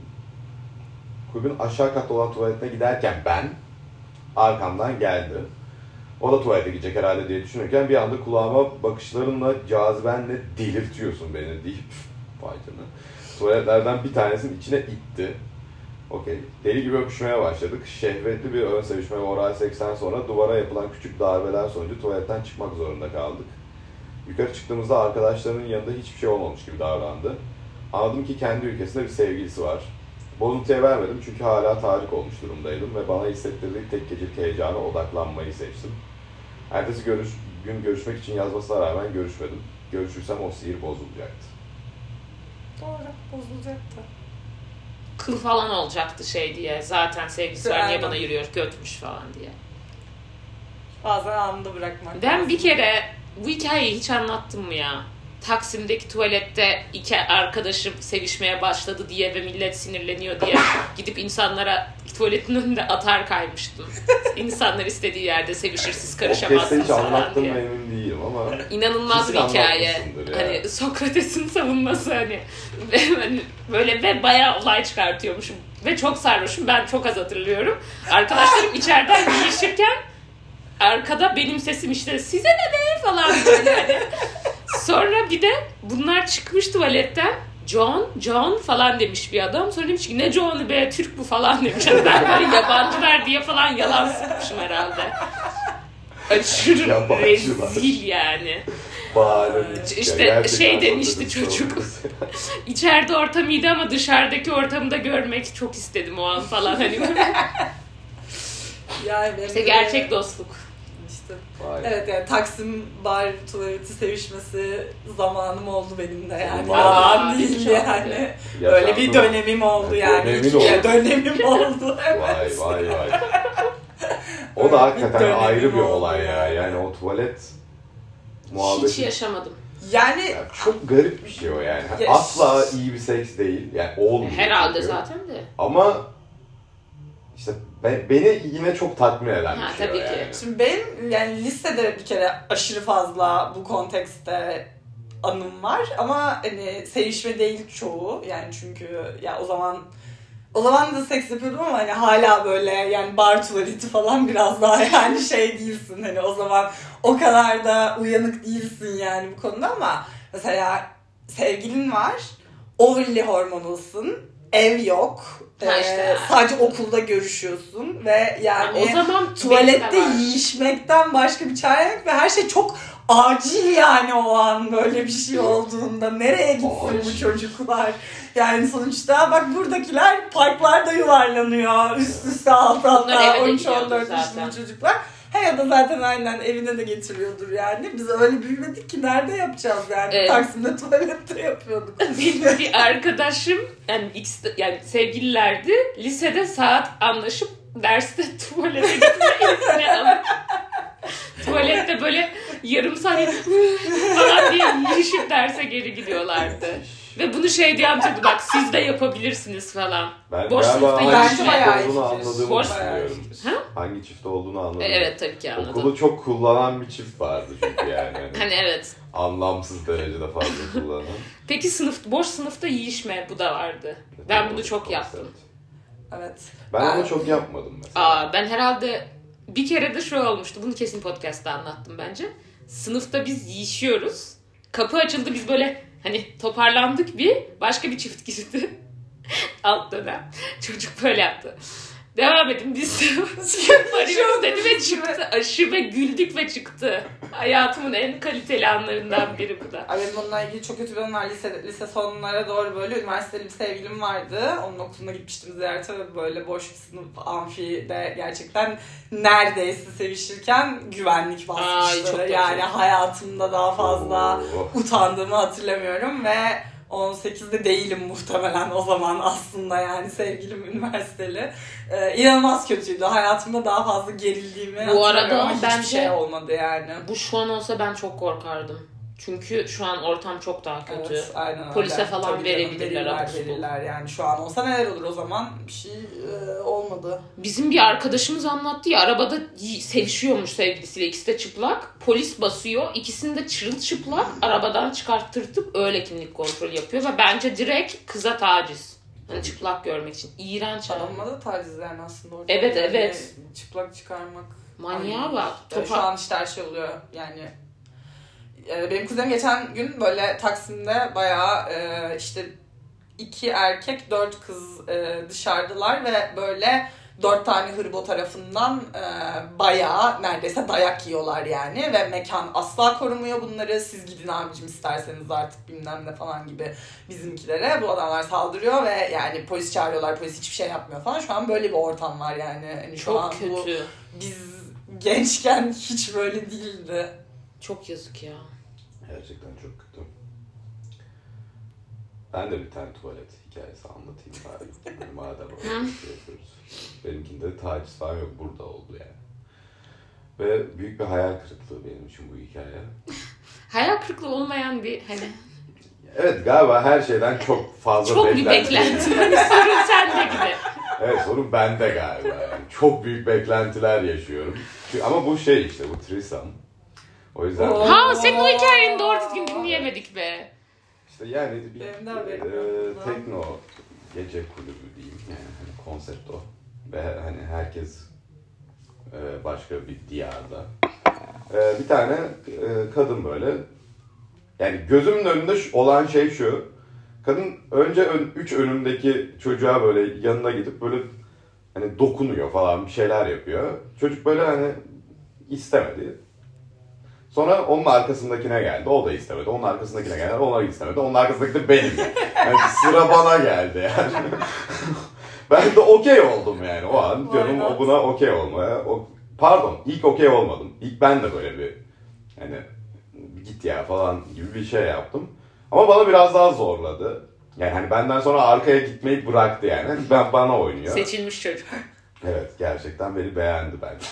Kulübün aşağı katta olan tuvaletine giderken ben arkamdan geldi. O da tuvalete gidecek herhalde diye düşünürken bir anda kulağıma bakışlarınla cazibenle delirtiyorsun beni deyip vay canına. Tuvaletlerden bir tanesinin içine itti. Okey. Deli gibi öpüşmeye başladık. Şehvetli bir ön sevişme ve oral seksten sonra duvara yapılan küçük darbeler sonucu tuvaletten çıkmak zorunda kaldık. Yukarı çıktığımızda arkadaşlarının yanında hiçbir şey olmamış gibi davrandı. Anladım ki kendi ülkesinde bir sevgilisi var. Bozuntuya vermedim çünkü hala tahrik olmuş durumdaydım ve bana hissettirdiği tek gecelik heyecana odaklanmayı seçtim. Ertesi görüş, gün görüşmek için yazmasına rağmen görüşmedim. Görüşürsem o sihir bozulacaktı. Doğru, bozulacaktı. Kıl falan olacaktı şey diye. Zaten sevgilisi var niye bana yürüyor, götmüş falan diye. Bazen anında bırakmak. Ben bir kere bu hikayeyi hiç anlattım mı ya? Taksim'deki tuvalette iki arkadaşım sevişmeye başladı diye ve millet sinirleniyor diye gidip insanlara tuvaletin önünde atar kaymıştım. İnsanlar istediği yerde sevişir, siz karışamazsınız hiç falan anlattım diye. emin değilim ama. İnanılmaz bir hikaye. Hani Sokrates'in savunması hani. Ve hani böyle ve bayağı olay çıkartıyormuşum. Ve çok sarhoşum. Ben çok az hatırlıyorum. Arkadaşlarım içeriden yiyişirken arkada benim sesim işte size ne be falan böyle hani. Sonra bir de bunlar çıkmış tuvaletten. John, John falan demiş bir adam. Sonra demiş ki ne John'u be Türk bu falan demiş. Yani ben böyle yabancılar diye falan yalan sıkmışım herhalde. Aşırı rezil yani. Bağırın. İşte şey demişti çocuk. İçeride ortam iyiydi ama dışarıdaki ortamı da görmek çok istedim o an falan. Hani yani işte gerçek dostluk. İşte. Vay. Evet yani Taksim bar tuvaleti sevişmesi zamanım oldu benim de yani. Aa, Yalan değil yani. Ya Böyle bir dönemim oldu yani. Dönemin İki oldu. dönemim oldu. Evet. Vay vay vay. O da hakikaten dönemim ayrı bir oldu olay ya. yani. Yani o tuvalet muhabbeti. Hiç yaşamadım. Yani Ya çok garip bir şey o yani. Ya, Asla iyi bir seks değil. Yani olmuyor. Herhalde çünkü. zaten de. Ama işte be, beni yine çok tatmin eden Ha, bir şey tabii o yani. ki. şimdi benim yani lisede bir kere aşırı fazla bu kontekste anım var ama hani sevişme değil çoğu yani çünkü ya o zaman o zaman da seks yapıyordum ama hani hala böyle yani bar tuvaleti falan biraz daha yani şey değilsin hani o zaman o kadar da uyanık değilsin yani bu konuda ama mesela sevgilin var, overly hormonalsın, ev yok. Ha işte. Ee, sadece okulda görüşüyorsun ve yani o zaman tuvalette yiyişmekten başka bir çare yok ve her şey çok acil yani o an böyle bir şey olduğunda. Nereye gitsin bu çocuklar? Yani sonuçta bak buradakiler parklarda yuvarlanıyor. Üst üste alt alta on üç on dört yaşında çocuklar. He ya da zaten aynen evine de getiriyordur yani. Biz öyle büyümedik ki nerede yapacağız yani. Evet. Taksim'de tuvalette yapıyorduk. Benim bir arkadaşım yani, X, yani sevgililerdi. Lisede saat anlaşıp derste tuvalete gitme izni alıp tuvalette böyle yarım saniye falan diye yiyişip derse geri gidiyorlardı. Ve bunu şey diye anlatıyordu bak siz de yapabilirsiniz falan. Ben boş galiba sınıfta hangi çift yiyişme. olduğunu anladığımı Boş düşünüyorum. Ha? Hangi çift olduğunu anladım. E, evet tabii ki anladım. Okulu çok kullanan bir çift vardı çünkü yani. Hani, hani evet. Anlamsız derecede fazla kullanan. Peki sınıf boş sınıfta yiyişme bu da vardı. Ben bunu çok yaptım. Evet. Ben onu çok yapmadım mesela. Aa, ben herhalde bir kere de şu olmuştu. Bunu kesin podcast'ta anlattım bence. Sınıfta biz yiyişiyoruz. Kapı açıldı biz böyle hani toparlandık bir. Başka bir çift girdi. Alt dönem. Çocuk böyle yaptı. Devam edin biz varıyoruz dedi ve çıktı. Aşı ve güldük ve çıktı. Hayatımın en kaliteli anlarından biri bu da. Ay benim onunla ilgili çok kötü bir anım var. Lise, lise sonlara doğru böyle üniversiteli bir sevgilim vardı. Onun okuluna gitmiştim ziyarete ve böyle boş bir sınıf amfide gerçekten neredeyse sevişirken güvenlik basmıştı. Ay, yani hayatımda daha fazla Oo. utandığımı hatırlamıyorum ve on sekizde değilim muhtemelen o zaman aslında yani sevgilim üniversiteli. Ee, inanılmaz kötüydü. Hayatımda daha fazla gerildiğimi bu arada hiçbir bence şey olmadı yani. Bu şu an olsa ben çok korkardım. Çünkü şu an ortam çok daha kötü. Evet, aynen polise öyle. falan Tabii verebilirler. Verirler, verirler yani. Şu an olsa neler olur o zaman? Bir şey e, olmadı. Bizim bir arkadaşımız anlattı ya, arabada sevişiyormuş sevgilisiyle, ikisi de çıplak. Polis basıyor, ikisini de çırılçıplak arabadan çıkarttırtıp öyle kimlik kontrolü yapıyor ve bence direkt kıza taciz. Hani çıplak görmek için. İğrenç. Adamla da taciz yani aslında orada. Evet yani evet. Çıplak çıkarmak. Manyağa bak. Topa... Şu an işte her şey oluyor yani. Benim kuzenim geçen gün böyle Taksim'de bayağı işte iki erkek dört kız dışarıdılar ve böyle dört tane hırbo tarafından bayağı neredeyse dayak yiyorlar yani ve mekan asla korumuyor bunları. Siz gidin abicim isterseniz artık bilmem ne falan gibi bizimkilere. Bu adamlar saldırıyor ve yani polis çağırıyorlar, polis hiçbir şey yapmıyor falan. Şu an böyle bir ortam var yani. yani çok şu an kötü. Bu, biz gençken hiç böyle değildi. Çok yazık ya. Gerçekten çok kötü. Ben de bir tane tuvalet hikayesi anlatayım bari. Yani madem öyle bir şey yapıyoruz. Benimkinde taciz falan yok. Burada oldu yani. Ve büyük bir hayal kırıklığı benim için bu hikaye. Hayal kırıklığı olmayan bir hani... Evet galiba her şeyden çok fazla çok beklenti. Çok bir beklenti. Hani sorun sende gibi. Evet sorun bende galiba yani. Çok büyük beklentiler yaşıyorum. Çünkü, ama bu şey işte bu threesome. O yüzden... Oo. Ha senin o hikayeni doğru düzgün dinleyemedik be. İşte yani bir e, tekno gece kulübü diyeyim yani hani konsept o. Ve hani herkes e, başka bir diyarda. E, bir tane e, kadın böyle yani gözümün önünde olan şey şu. Kadın önce ön, üç önündeki çocuğa böyle yanına gidip böyle hani dokunuyor falan bir şeyler yapıyor. Çocuk böyle hani istemedi. Sonra onun arkasındakine geldi. O da istemedi. Onun arkasındakine geldi. Ona istemedi. Onun arkasındaki de benim. Yani sıra bana geldi yani. Ben de okey oldum yani o an. Canım o buna okey olmaya. O, pardon ilk okey olmadım. İlk ben de böyle bir hani git ya falan gibi bir şey yaptım. Ama bana biraz daha zorladı. Yani hani benden sonra arkaya gitmeyi bıraktı yani. Ben bana oynuyor. Seçilmiş çocuk. Evet gerçekten beni beğendi bence.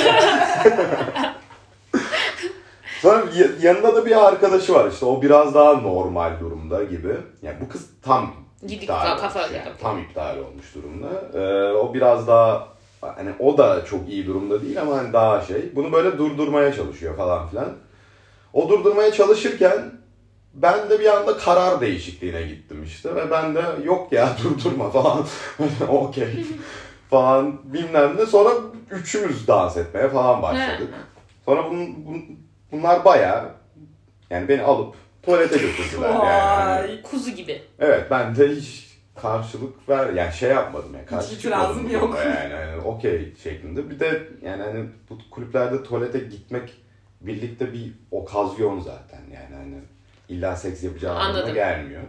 Sonra yanında da bir arkadaşı var işte o biraz daha normal durumda gibi. Yani bu kız tam Gidik, iptal kafa olmuş yani. Tam iptal olmuş durumda. Ee, o biraz daha hani o da çok iyi durumda değil ama hani daha şey. Bunu böyle durdurmaya çalışıyor falan filan. O durdurmaya çalışırken ben de bir anda karar değişikliğine gittim işte ve ben de yok ya durdurma falan. Okey falan bilmem ne. Sonra üçümüz dans etmeye falan başladık. Sonra bunun, bunun bunlar bayağı yani beni alıp tuvalete götürdüler yani. Vay, kuzu gibi. Evet ben de hiç karşılık ver yani şey yapmadım yani karşı hiç lazım yok. Yani, yani okey şeklinde. Bir de yani hani bu kulüplerde tuvalete gitmek birlikte bir okazyon zaten yani hani illa seks yapacağım anlamına gelmiyor.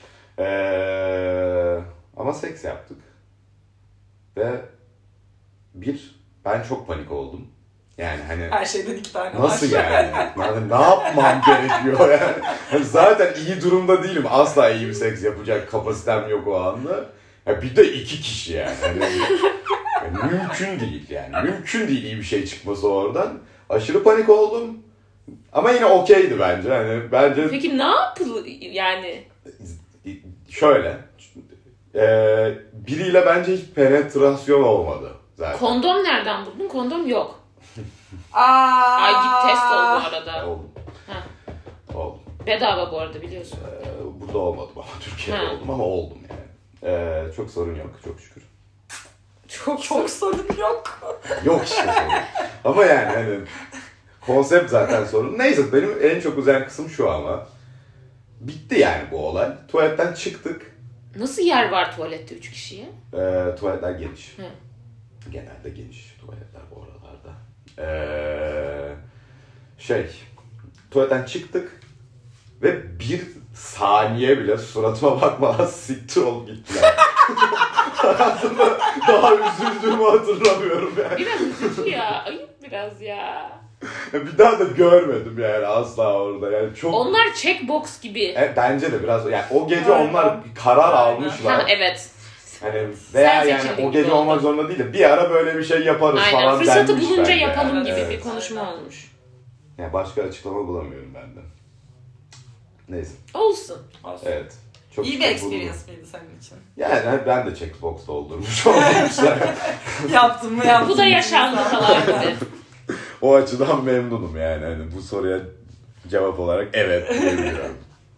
Ee, ama seks yaptık. Ve bir ben çok panik oldum. Yani hani her şeyden iki tane var. Nasıl yani? yani? Ne yapmam gerekiyor yani? Zaten iyi durumda değilim. Asla iyi bir seks yapacak kapasitem yok o anda. Ya bir de iki kişi yani. yani. Yani mümkün değil yani. Mümkün değil iyi bir şey çıkması oradan. Aşırı panik oldum. Ama yine okeydi bence. Yani bence. Peki ne yapılır yani? Şöyle. E, biriyle bence hiç penetrasyon olmadı zaten. Kondom nereden buldun? Kondom yok. Aa. Ay git test ol bu arada. Ya, oldum. Ha. Oldum. Bedava bu arada biliyorsun. Ee, burada olmadım ama Türkiye'de ha. oldum ama oldum yani. Ee, çok sorun yok çok şükür. Çok çok sorun yok. Yok işte sorun. Ama yani hani konsept zaten sorun. Neyse benim en çok uzayan kısım şu ama. Bitti yani bu olay. Tuvaletten çıktık. Nasıl yer var tuvalette üç kişiye? Ee, tuvaletler geniş. Hı. Genelde geniş tuvaletler bu aralarda. Ee, şey, tuvaletten çıktık ve bir saniye bile suratıma bakmadan siktir ol gittiler. Hayatımda daha üzüldüğümü hatırlamıyorum yani. Biraz üzücü ya. Ayıp biraz ya. Bir daha da görmedim yani asla orada. Yani çok... Onlar checkbox gibi. Evet, bence de biraz yani o gece onlar karar almışlar. Ha, evet. Hani veya Sen yani o gece olmak zorunda değil de bir ara böyle bir şey yaparız Aynen. falan denmişler. Fırsatı bulunca yapalım yani. gibi Evet. bir konuşma olmuş. Yani başka açıklama bulamıyorum ben de. Neyse. Olsun. Olsun. Evet. Çok İyi bir experience miydi senin için? Yani ben de checkbox doldurmuş olmuşlar. Yaptım mı yaptım. Bu da yaşandı falan gibi. O açıdan memnunum yani. Hani bu soruya cevap olarak evet diyebiliyorum.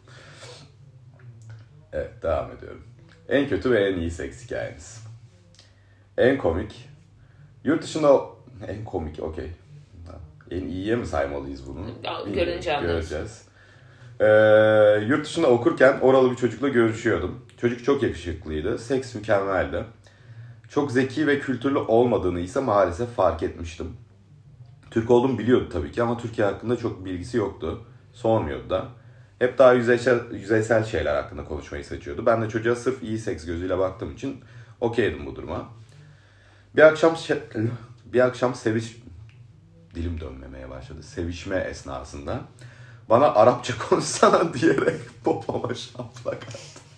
Evet, devam ediyorum. En kötü ve en iyi seks hikayeniz. En komik. Yurt dışında en komik, okey. En iyiye mi saymalıyız bunu? Görünce anlarız. Göreceğiz. Ee, yurt dışında okurken oralı bir çocukla görüşüyordum. Çocuk çok yakışıklıydı. Seks mükemmeldi. Çok zeki ve kültürlü olmadığını ise maalesef fark etmiştim. Türk olduğumu biliyordu tabii ki ama Türkiye hakkında çok bilgisi yoktu. Sormuyordu da. Hep daha yüzeysel, yüzeysel şeyler hakkında konuşmayı seçiyordu. Ben de çocuğa sırf iyi seks gözüyle baktığım için okeydim bu duruma. Bir akşam bir akşam seviş dilim dönmemeye başladı. Sevişme esnasında bana Arapça konuşsana diyerek popoma şaplak attı.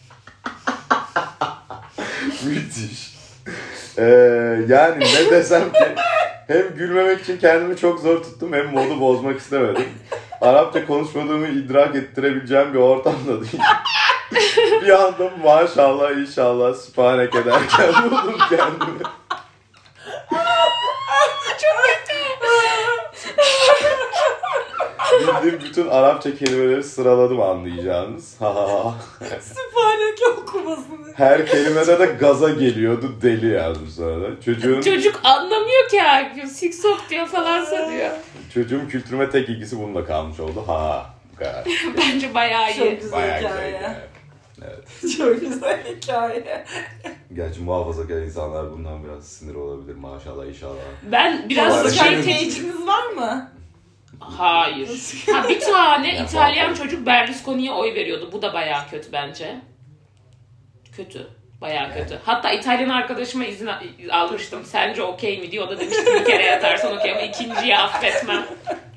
Müthiş. Ee, yani ne desem ki hem gülmemek için kendimi çok zor tuttum hem modu bozmak istemedim. Arapça konuşmadığımı idrak ettirebileceğim bir ortamda değil. Bir anda maşallah inşallah sübhaneke derken buldum kendimi. Çok kötü. Bildiğim bütün Arapça kelimeleri sıraladım anlayacağınız. Sübhaneke okumasını. Her kelimede de gaza geliyordu, deli yazmış sonra. Çocuğun, Çocuk anlamıyor ki ya. Siksok diyor falan sanıyor. çocuğun kültürüme tek ilgisi bununla kalmış oldu. Ha, bu kadar. Bence bayağı iyi. Çok güzel Bayağı hikaye. güzel hikaye. Evet. Çok güzel hikaye. Gerçi muhafazakar insanlar bundan biraz sinir olabilir maşallah inşallah. Ben biraz Muhafazakar şey... teyiciniz var mı? Hayır. Ha, bir tane Ya, İtalyan muhafazakar. çocuk Berlusconi'ye oy veriyordu. Bu da bayağı kötü bence. Kötü. Bayağı kötü. Hatta İtalyan arkadaşıma izin almıştım. Sence okey mi diye. O da demişti bir kere yatarsan okey ama ikinciyi affetmem.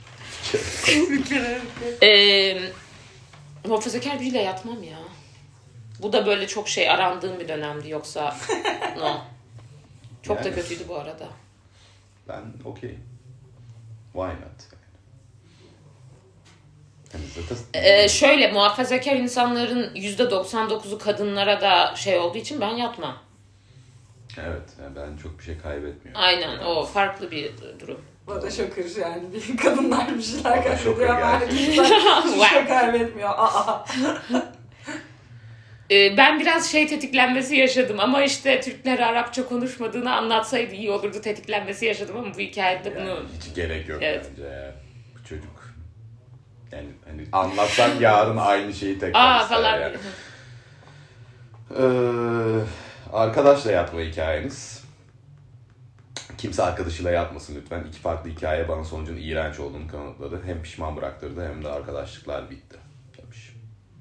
Eee muhafazakar biriyle yatmam ya. Bu da böyle çok şey arandığım bir dönemdi yoksa no. Çok Yani. da kötüydü bu arada. Ben okey. Why not? Yani zaten... Ee, şöyle muhafazakar insanların yüzde doksan dokuzu kadınlara da şey olduğu için ben yatmam. Evet, yani ben çok bir şey kaybetmiyorum. Aynen yani. o farklı bir durum. Bu da şokır yani. Bir kadınlar bir şeyler O da şokır kaybediyor ama gerçekten. erkekler hiçbir şey kaybetmiyor. Aa. Ee, ben biraz şey tetiklenmesi yaşadım ama işte Türkler Arapça konuşmadığını anlatsaydı iyi olurdu tetiklenmesi yaşadım ama bu hikayede Yani bunu... hiç gerek yok Evet. bence ya. Bu çocuk yani hani anlatsam yarın aynı şeyi tekrar Aa ister falan. yani. Ee, arkadaşla yatma hikayeniz. Kimse arkadaşıyla yatmasın lütfen. İki farklı hikaye bana sonucun iğrenç olduğunu kanıtladı. Hem pişman bıraktırdı hem de arkadaşlıklar bitti demiş.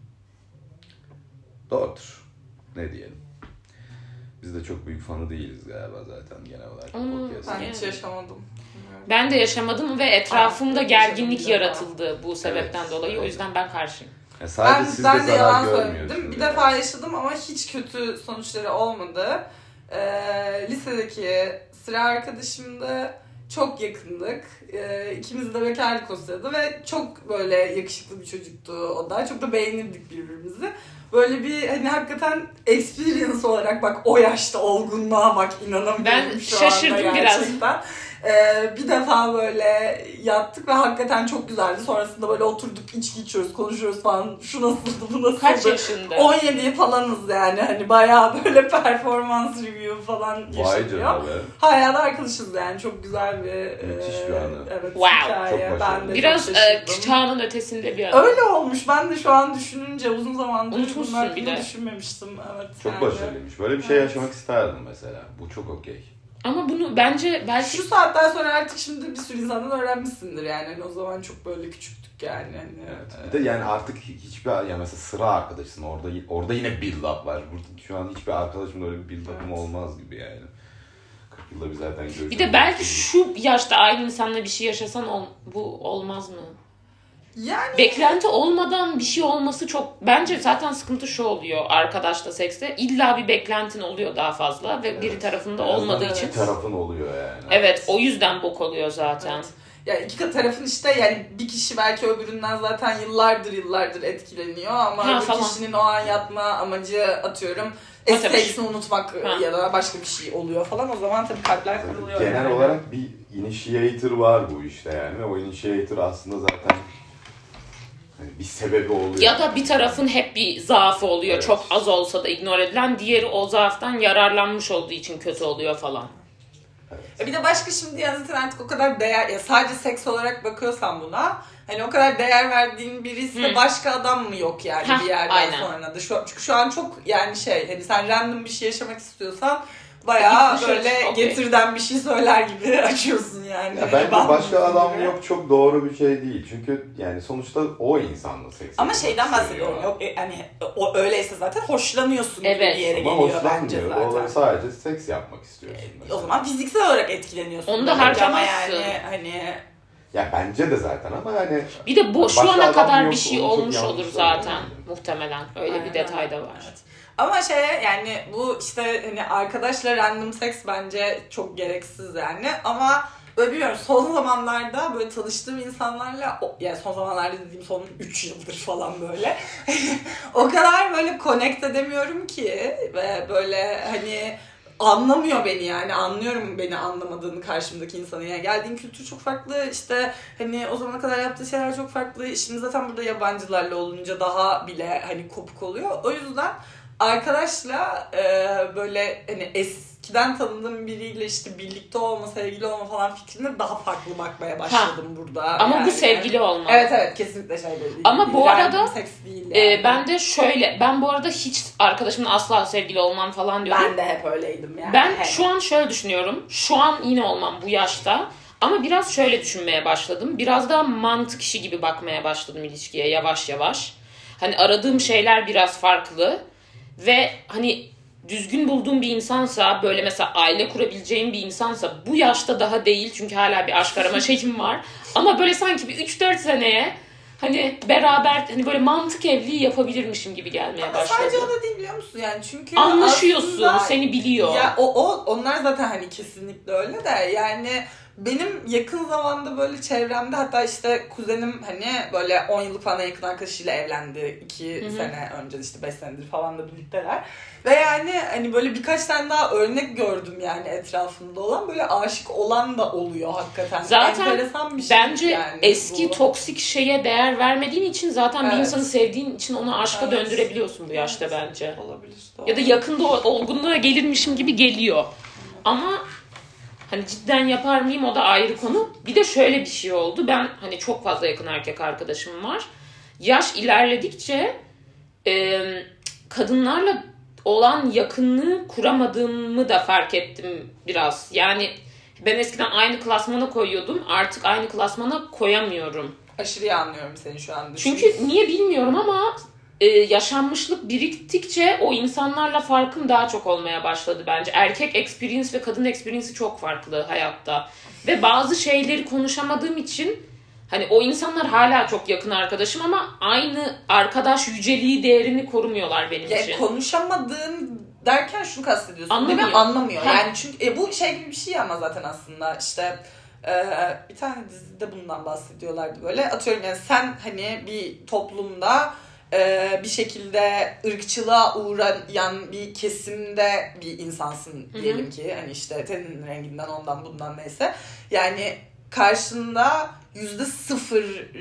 Doğrudur. Ne diyelim. Biz de çok büyük fanı değiliz galiba zaten genel olarak. Hmm, Ben Yani. hiç yaşamadım. Ben de yaşamadım ve etrafımda Aa, gerginlik yaşamadım. yaratıldı bu sebepten Evet, dolayı. O evet. yüzden ben karşıyım. Yani sadece Ben, siz ben de de zarar yalan görmüyorsunuz. söyledim. Bir yani. defa yaşadım ama hiç kötü sonuçları olmadı. Ee, lisedeki sıra arkadaşımda çok yakındık. Ee, ikimiz de bekarlık o sırada ve çok böyle yakışıklı bir çocuktu o da. Çok da beğenirdik birbirimizi. Böyle bir hani hakikaten experience olarak bak o yaşta olgunluğa bak inanamıyorum Ben şu şaşırdım anda biraz. gerçekten. Ee, bir defa böyle yattık ve hakikaten çok güzeldi. Sonrasında böyle oturduk içki içiyoruz, konuşuyoruz falan. Şu nasıldı, bu nasıldı? Kaç yaşında? on yedi falanız yani. Hani bayağı böyle performans review falan Vay yaşanıyor. canına be. Hala arkadaşız yani. Çok güzel bir Müthiş bir e, anı. Evet, Wow. hikaye. Çok Ben başarılı. de Biraz çok e, şaşırdım. çağının ötesinde bir adam. Öyle olmuş. Ben de şu an düşününce uzun zamandır Unutmuşsun bunun hakkında bile. düşünmemiştim. Evet. Çok yani. başarılıymış. Böyle bir şey Evet. yaşamak isterdim mesela. Bu çok okey. Ama bunu bence belki... Şu saatten sonra artık şimdi bir sürü insandan öğrenmişsindir yani. yani o zaman çok böyle küçüktük yani. yani evet. Bir de yani artık hiçbir, yani mesela sıra arkadaşısın, orada orada yine build up var. Burada şu an hiçbir arkadaşımla öyle bir build up'ım evet. olmaz gibi yani. kırk yılda bir zaten görüşürüz. Bir de belki şu yaşta aynı insanla bir şey yaşasan ol, bu olmaz mı? Yani... Beklenti olmadan bir şey olması çok... Bence zaten sıkıntı şu oluyor arkadaşla sekste. İlla bir beklentin oluyor daha fazla ve evet. biri tarafında evet. olmadığı evet. için. Bir tarafın oluyor yani. Evet, o yüzden bok oluyor zaten. Evet. Yani iki tarafın işte yani bir kişi belki öbüründen zaten yıllardır yıllardır etkileniyor ama ha, bir kişinin o an yapma amacı atıyorum esteksini unutmak ha. ya da başka bir şey oluyor falan, o zaman tabii kalpler kırılıyor. Genel yani. olarak bir initiator var bu işte yani ve o initiator aslında zaten bir sebebi oluyor. Ya da bir tarafın hep bir zaafı oluyor. Evet. Çok az olsa da ignore edilen. Diğeri o zaaftan yararlanmış olduğu için kötü oluyor falan. Evet. Bir de başka şimdi yani zaten artık o kadar değer, ya sadece seks olarak bakıyorsan buna, hani o kadar değer verdiğin birisi de başka adam mı yok yani Heh, bir yerden aynen. sonra da. Şu, çünkü şu an çok yani şey, hani sen random bir şey yaşamak istiyorsan bayağı böyle okay. getirden bir şey söyler gibi açıyorsun yani. Ya bence başka adam gibi. Yok çok doğru bir şey değil. Çünkü yani sonuçta o insanla seks. Ama şeyden bahsediyorum. Yok hani o öyleyse zaten hoşlanıyorsun evet. gibi bir yere ama geliyor bence zaten. O sadece seks yapmak istiyorsun. E, o zaman fiziksel olarak etkileniyorsun. Onu da harcamazsın. Yani hani ya bence de zaten ama hani bir de bu şu ana kadar bir şey olmuş olur zaten yani. Muhtemelen. Öyle Aynen. bir detay da var. Evet. Ama şey yani bu işte hani arkadaşla random seks bence çok gereksiz yani, ama böyle bilmiyorum son zamanlarda böyle tanıştığım insanlarla, yani son zamanlarda dediğim son üç yıldır falan böyle o kadar böyle connect edemiyorum ki ve böyle hani anlamıyor beni yani, anlıyorum beni anlamadığını karşımdaki insanı. Yani geldiğin kültür çok farklı, işte hani o zamana kadar yaptığı şeyler çok farklı. Şimdi zaten burada yabancılarla olunca daha bile hani kopuk oluyor. O yüzden arkadaşla e, böyle hani eskiden tanıdığım biriyle işte birlikte olma, sevgili olma falan fikrine daha farklı bakmaya başladım ha. burada. Ama yani, bu sevgili yani. olma. Evet evet kesinlikle şey değil. Ama bu arada değil yani. e, ben de şöyle, ben bu arada hiç arkadaşımla asla sevgili olmam falan diyordum. Ben de hep öyleydim yani. Ben hep. şu an şöyle düşünüyorum. Şu an yine olmam bu yaşta. Ama biraz şöyle düşünmeye başladım. Biraz daha mantık işi gibi bakmaya başladım ilişkiye yavaş yavaş. Hani aradığım şeyler biraz farklı. Ve hani düzgün bulduğum bir insansa, böyle mesela aile kurabileceğim bir insansa, bu yaşta daha değil çünkü hala bir aşk arama şeyim var. Ama böyle sanki bir üç dört seneye hani beraber hani böyle mantık evliliği yapabilirmişim gibi gelmeye Ama başladı. Ama sadece o da değil biliyor musun yani, çünkü anlaşıyorsun, aslında, seni biliyor. Ya o, o onlar zaten hani kesinlikle öyle de yani. Benim yakın zamanda böyle çevremde, hatta işte kuzenim hani böyle on yıllık falan yakın arkadaşıyla evlendi. iki Hı-hı. sene önce, işte beş senedir falan da birlikteler. Ve yani hani böyle birkaç tane daha örnek gördüm yani etrafımda olan, böyle aşık olan da oluyor hakikaten. Zaten enteresan bir şey bence yani eski bu. toksik şeye değer vermediğin için zaten evet. bir insanı sevdiğin için onu aşka evet. döndürebiliyorsun bu yaşta evet. bence. Olabilir. Doğru. Ya da yakında olgunluğa gelirmişim gibi geliyor. Ama hani cidden yapar mıyım, o da ayrı konu. Bir de şöyle bir şey oldu. Ben hani çok fazla yakın erkek arkadaşım var. Yaş ilerledikçe e, kadınlarla olan yakınlığı kuramadığımı da fark ettim biraz. Yani ben eskiden aynı klasmana koyuyordum. Artık aynı klasmana koyamıyorum. Aşırı iyi anlıyorum seni şu anda. Çünkü niye bilmiyorum ama Ee, yaşanmışlık biriktikçe o insanlarla farkım daha çok olmaya başladı bence. Erkek experience ve kadın experience'i çok farklı hayatta. Ve bazı şeyleri konuşamadığım için hani o insanlar hala çok yakın arkadaşım ama aynı arkadaş yüceliği, değerini korumuyorlar benim ya için. Konuşamadığın derken şunu kastediyorsun Anlamıyor. değil mi? Anlamıyor. Ha. Yani çünkü e, bu şey gibi bir şey ama zaten aslında işte e, bir tane dizide bundan bahsediyorlardı böyle. Atıyorum yani sen hani bir toplumda Ee, bir şekilde ırkçılığa uğrayan bir kesimde bir insansın diyelim Hı-hı. ki hani işte tenin renginden ondan bundan neyse, yani karşında yüzde sıfır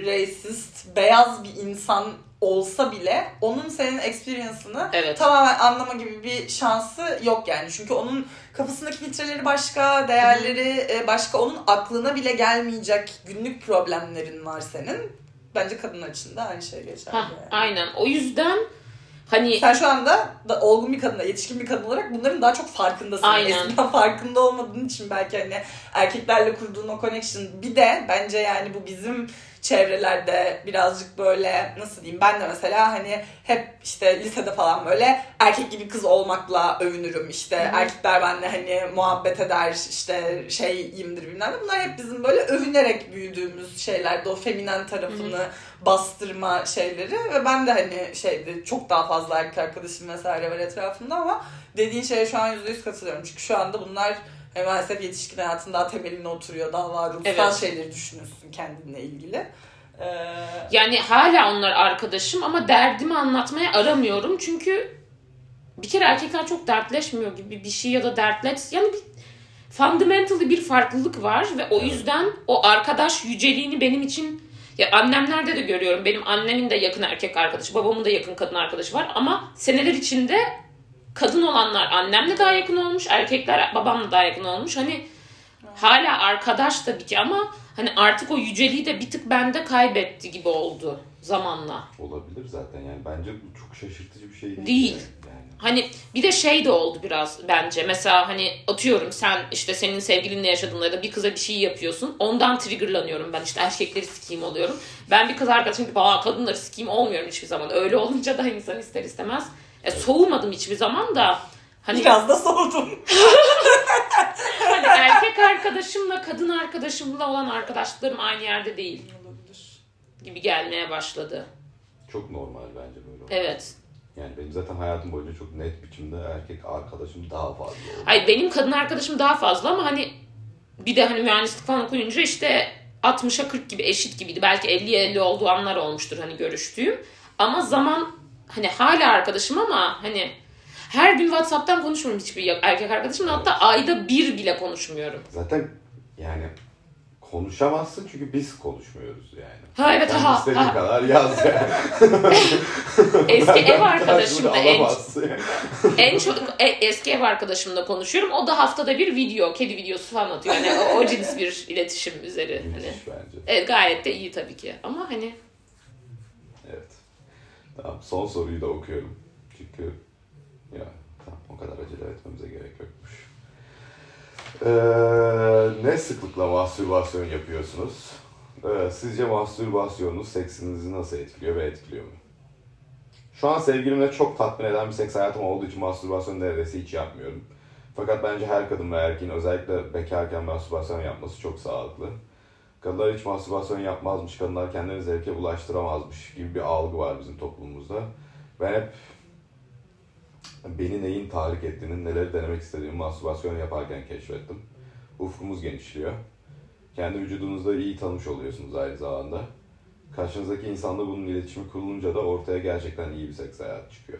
racist beyaz bir insan olsa bile onun senin experience'ını evet. tamamen anlama gibi bir şansı yok yani, çünkü onun kafasındaki filtreleri başka, değerleri Hı-hı. başka, onun aklına bile gelmeyecek günlük problemlerin var senin. Bence kadınlar için de aynı şey geçerli. Yani. Aynen. O yüzden Hani sen şu anda da olgun bir kadın, yetişkin bir kadın olarak bunların daha çok farkındasın. Aynen. Eskiden farkında olmadığın için belki hani erkeklerle kurduğun o connection. Bir de bence yani bu bizim çevrelerde birazcık böyle nasıl diyeyim, ben de mesela hani hep işte lisede falan böyle erkek gibi kız olmakla övünürüm işte. Hı-hı. Erkekler benimle hani muhabbet eder işte şeyimdir bilmem ne. Bunlar hep bizim böyle övünerek büyüdüğümüz şeylerdi, o feminen tarafını Hı-hı. bastırma şeyleri ve ben de hani şeydi, çok daha fazla erkek arkadaşım vesaire var etrafımda ama dediğin şeye şu an yüzde yüz katılıyorum çünkü şu anda bunlar e, maalesef yetişkin hayatın daha temeline oturuyor. Daha var ruhsal evet. şeyleri düşünüyorsun kendinle ilgili. Ee... Yani hala onlar arkadaşım ama derdimi anlatmaya aramıyorum. Çünkü bir kere erkekler çok dertleşmiyor gibi bir şey ya da dertleş... Yani bir fundamentally bir farklılık var ve o yüzden o arkadaş yüceliğini benim için... Ya annemlerde de görüyorum. Benim annemin de yakın erkek arkadaşı, babamın da yakın kadın arkadaşı var ama seneler içinde kadın olanlar annemle daha yakın olmuş, erkekler babamla daha yakın olmuş. Hani hala arkadaş tabii ki ama hani artık o yüceliği de bir tık bende kaybetti gibi oldu zamanla. Olabilir zaten yani bence bu çok şaşırtıcı bir şey değil. Değil. Yani. Hani bir de şey de oldu biraz bence. Mesela hani atıyorum sen işte senin sevgilinle yaşadığında ya da bir kıza bir şey yapıyorsun. Ondan triggerlanıyorum ben işte erkekleri sikeyim oluyorum. Ben bir kız arkadaşım gibi aa kadınları sikeyim olmuyorum hiçbir zaman. Öyle olunca da insan ister istemez. E, soğumadım hiçbir zaman da. Hani, biraz da soğudum. Hani erkek arkadaşımla kadın arkadaşımla olan arkadaşlıklarım aynı yerde değil. Olabilir. Gibi gelmeye başladı. Çok normal bence böyle oldu. Evet. Yani benim zaten hayatım boyunca çok net biçimde erkek arkadaşım daha fazla oldu. Hayır benim kadın arkadaşım daha fazla ama hani bir de hani mühendislik falan okuyunca işte altmışa kırk gibi eşit gibiydi. Belki elliye elli olduğu anlar olmuştur hani görüştüğüm. Ama zaman hani hala arkadaşım ama hani her gün WhatsApp'tan konuşmuyorum hiçbir erkek arkadaşımla. Hatta ayda bir bile konuşmuyorum. Zaten yani konuşamazsın çünkü biz konuşmuyoruz yani. Ha evet sen ha. istediğin ha. kadar yaz yani. Eski ev arkadaşımla en, en çok e, eski ev arkadaşımla konuşuyorum. O da haftada bir video, kedi videosu falan atıyor. Yani o, o cins bir iletişim üzeri. Müthiş hani. bence. Evet gayet de iyi tabii ki. Ama hani. Evet. Tamam son soruyu da okuyorum. Çünkü ya tamam o kadar acele etmemize gerek yokmuş. Ee, ne sıklıkla mastürbasyon yapıyorsunuz? Ee, sizce mastürbasyonunuz seksinizi nasıl etkiliyor ve etkiliyor mu? Şu an sevgilimle çok tatmin eden bir seks hayatım olduğu için mastürbasyon neredeyse hiç yapmıyorum. Fakat bence her kadın ve erkeğin özellikle bekarken mastürbasyon yapması çok sağlıklı. Kadınlar hiç mastürbasyon yapmazmış, kadınlar kendilerini zevke ulaştıramazmış gibi bir algı var bizim toplumumuzda. Ben hep beni neyin tahrik ettiğini, neleri denemek istediğimi mastürbasyon yaparken keşfettim. Ufkumuz genişliyor. Kendi vücudunuzda iyi tanımış oluyorsunuz aynı zamanda. Karşınızdaki insanla bunun iletişimi kurulunca da ortaya gerçekten iyi bir seks hayatı çıkıyor.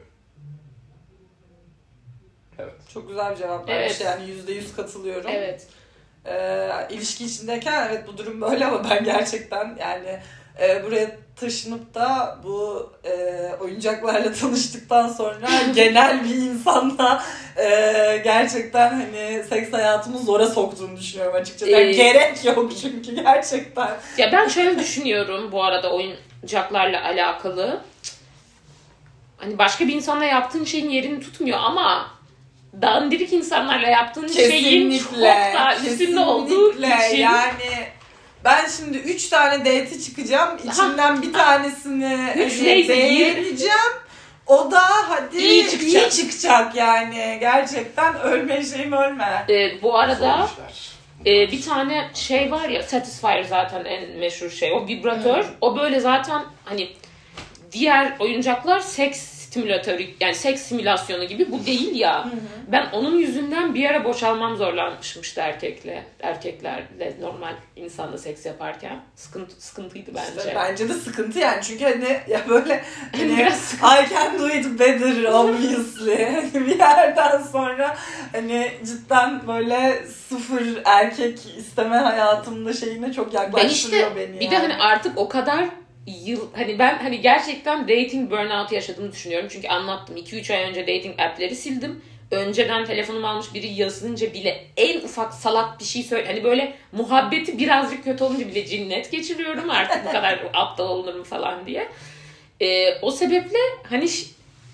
Evet. Çok güzel bir cevap evet. vermiş yani yüzde yüz katılıyorum. Evet. Ee, ilişki içindeyken evet bu durum böyle ama ben gerçekten yani e, buraya taşınıp da bu e, oyuncaklarla tanıştıktan sonra genel bir insanla e, gerçekten hani seks hayatımı zora soktuğunu düşünüyorum açıkçası. Yani ee, gerek yok çünkü gerçekten. Ya ben şöyle düşünüyorum bu arada oyuncaklarla alakalı. Hani başka bir insanla yaptığın şeyin yerini tutmuyor ama dandirik insanlarla yaptığın kesinlikle, şeyin çok daha üstünde olduğu için. Yani ben şimdi üç tane date çıkacağım. İçinden ha, bir tanesini hani beğeneceğim. O da hadi iyi çıkacak, iyi çıkacak yani. Gerçekten ölme şeyim ölme. Ee, bu arada e, bir tane şey var ya, Satisfyer zaten en meşhur şey. O vibratör. Hı. O böyle zaten hani diğer oyuncaklar seks simülatörü yani seks simülasyonu gibi, bu değil ya. Hı hı. Ben onun yüzünden bir ara boşalmam zorlanmışmıştı erkekle. Erkeklerle normal insanla seks yaparken. Sıkıntı, sıkıntıydı bence. İşte bence de sıkıntı yani. Çünkü hani ya böyle hani I can do it better obviously. Hani bir yerden sonra hani cidden böyle sıfır erkek isteme hayatımda şeyine çok yaklaştırıyor işte, beni. Bir yani. de hani artık o kadar yıl hani ben hani gerçekten dating burnout yaşadığımı düşünüyorum. Çünkü anlattım, iki üç ay önce dating app'leri sildim. Önceden telefonumu almış biri yazınca bile en ufak salak bir şey söyle. Hani böyle muhabbeti birazcık kötü olunca bile cinnet geçiriyorum. Artık bu kadar aptal olurum falan diye. Ee, o sebeple hani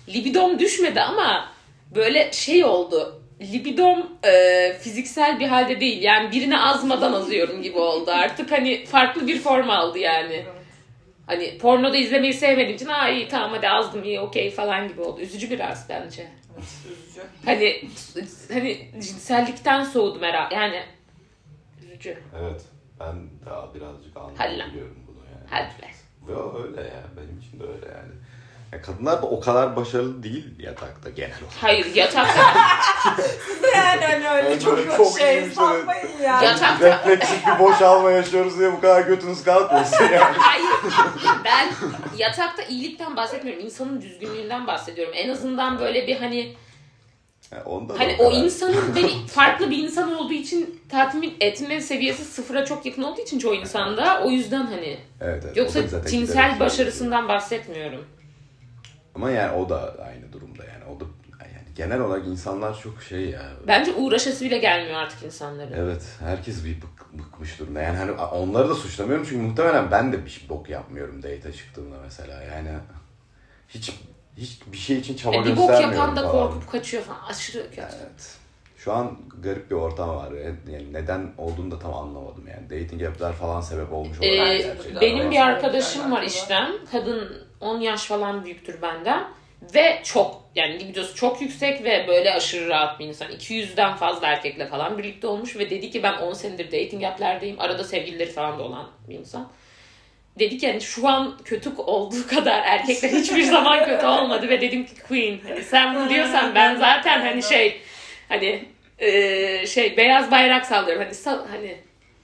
libidom düşmedi ama böyle şey oldu. Libidom e, fiziksel bir halde değil. Yani birine azmadan azıyorum gibi oldu. Artık hani farklı bir form aldı yani. Hani pornoda izlemeyi sevmediğim için aa iyi tamam hadi azdım iyi okey falan gibi oldu. Üzücü biraz bence. Evet, üzücü. Hani hani cinsellikten soğudum herhalde. Yani üzücü. Evet. Ben daha birazcık Halla. anlayabiliyorum bunu yani. Hadi be. Ve öyle ya. Benim için de öyle yani. Ya kadınlar da o kadar başarılı değil yatakta genel olarak. Hayır yatakta Yani hani öyle Yani çok, böyle çok şey iyi bir sanmayın yani. Yatakta- Refleksif bir boşalma yaşıyoruz diye bu kadar götünüz kalkmasın yani. hayır. Ben yatakta iyilikten bahsetmiyorum. İnsanın düzgünlüğünden bahsediyorum. En azından böyle bir hani Yani onda da hani o o kadar. insanın beni farklı bir insan olduğu için tatmin etme seviyesi sıfıra çok yakın olduğu için çoğu insanda o yüzden hani Evet, evet. yoksa O da zaten cinsel giderek başarısından bahsetmiyorum. Ama yani o da aynı durumda yani. O da yani genel olarak insanlar çok şey ya. Bence uğraşası bile gelmiyor artık insanların. Evet, herkes bir bık, bıkmış durumda. Yani hani onları da suçlamıyorum çünkü muhtemelen ben de bir bok yapmıyorum date'e çıktığımda mesela. Yani hiç hiç bir şey için çaba E, bir göstermiyorum bok yapan da falan. korkup kaçıyor falan. Aşırı kötü. Evet. Şu an garip bir ortam var. Yani neden olduğunu da tam anlamadım yani. Dating app'ler falan sebep olmuş olabilir Ee, gerçekten. benim Ama- bir arkadaşım var işten. Kadın on yaş falan büyüktür benden. Ve çok yani libidosu çok yüksek ve böyle aşırı rahat bir insan. iki yüzden fazla erkekle falan birlikte olmuş ve dedi ki ben on senedir dating app'lerdeyim. Arada sevgilileri falan da olan bir insan. Dedi ki yani şu an kötü olduğu kadar erkekler hiçbir zaman kötü olmadı ve dedim ki Queen hani sen bunu diyorsan ben zaten hani şey hani e, şey beyaz bayrak sallıyorum hani sal, hani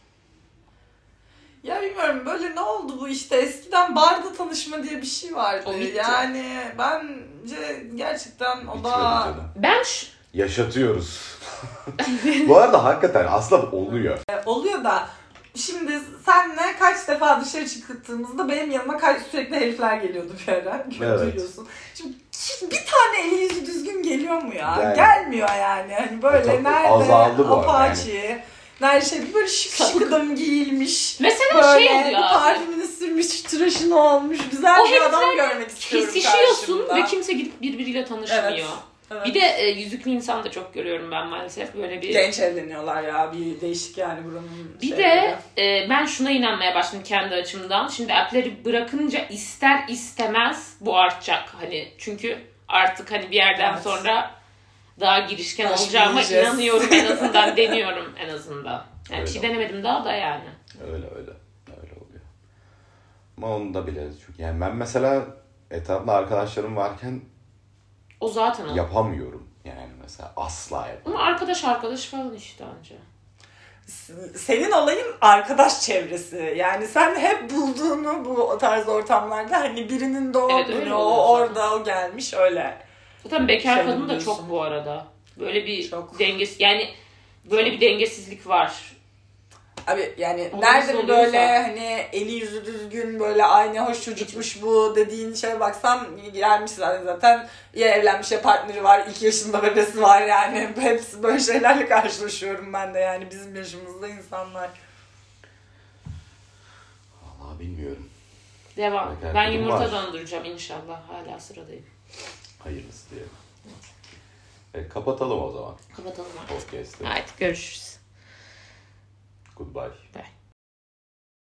Ya bilmiyorum böyle ne oldu bu işte eskiden barda tanışma diye bir şey vardı. O bitti. Yani bence gerçekten o Bitmedi da canım. ben ş- Yaşatıyoruz. Bu arada hakikaten aslında oluyor. oluyor da şimdi senle kaç defa dışarı çıktığımızda benim yanıma kaç, sürekli herifler geliyordu bir ara. Evet. Duyuyorsun. Şimdi hiç bir tane eli yüzü düzgün geliyor mu ya? Yani- Gelmiyor yani. Hani böyle E, tabii nerede azaldı bu arada Apache, nerede şey böyle şık şık adam giyilmiş. mesela Böyle şey oluyor abi. parfümünü sürmüş, tıraşını olmuş. Güzel O bir adam heriflerle görmek istiyorum kesişiyorsun karşımda. ve kimse gidip birbiriyle tanışmıyor. Evet. Evet. Bir de e, yüzüklü insan da çok görüyorum ben maalesef böyle bir. Genç evleniyorlar ya. Bir değişik yani buranın Bir şeyleri. de e, ben şuna inanmaya başladım kendi açımdan. Şimdi app'leri bırakınca ister istemez bu artacak. Hani çünkü artık hani bir yerden Evet. sonra daha girişken Başka olacağıma yiyeceğiz. inanıyorum en azından deniyorum en azından. Yani bir şey Öyle denemedim daha da yani. Öyle öyle. Öyle oluyor. Ama onu da bile çünkü yani ben mesela etrafımda arkadaşlarım varken O zaten o. yapamıyorum. Yani mesela asla yapamıyorum. Ama arkadaş arkadaş falan işte anca. Senin olayın arkadaş çevresi. Yani sen hep bulduğunu bu tarz ortamlarda hani birinin doğum Evet, öyle günü, oluyor o zaten. orada o gelmiş öyle. Zaten bekar Şey kadın da biliyorsun. çok bu arada. Böyle bir Çok. dengesiz yani böyle bir dengesizlik var. Abi yani O nerede nasıl böyle oluyorsa. hani eli yüzü düzgün böyle aynı hoş çocukmuş bu dediğin şeye baksam gelmiş zaten zaten ya evlenmiş ya partneri var iki yaşında bebesi var yani hepsi böyle şeylerle karşılaşıyorum ben de yani bizim yaşımızda insanlar. Vallahi bilmiyorum. Devam. Bekar Ben kadın yumurta var. döndüreceğim inşallah. Hala sıradayım. Hayırlısı diye. E, kapatalım o zaman Kapatalım artık. podcast'ı. Haydi görüşürüz. Goodbye. Bye.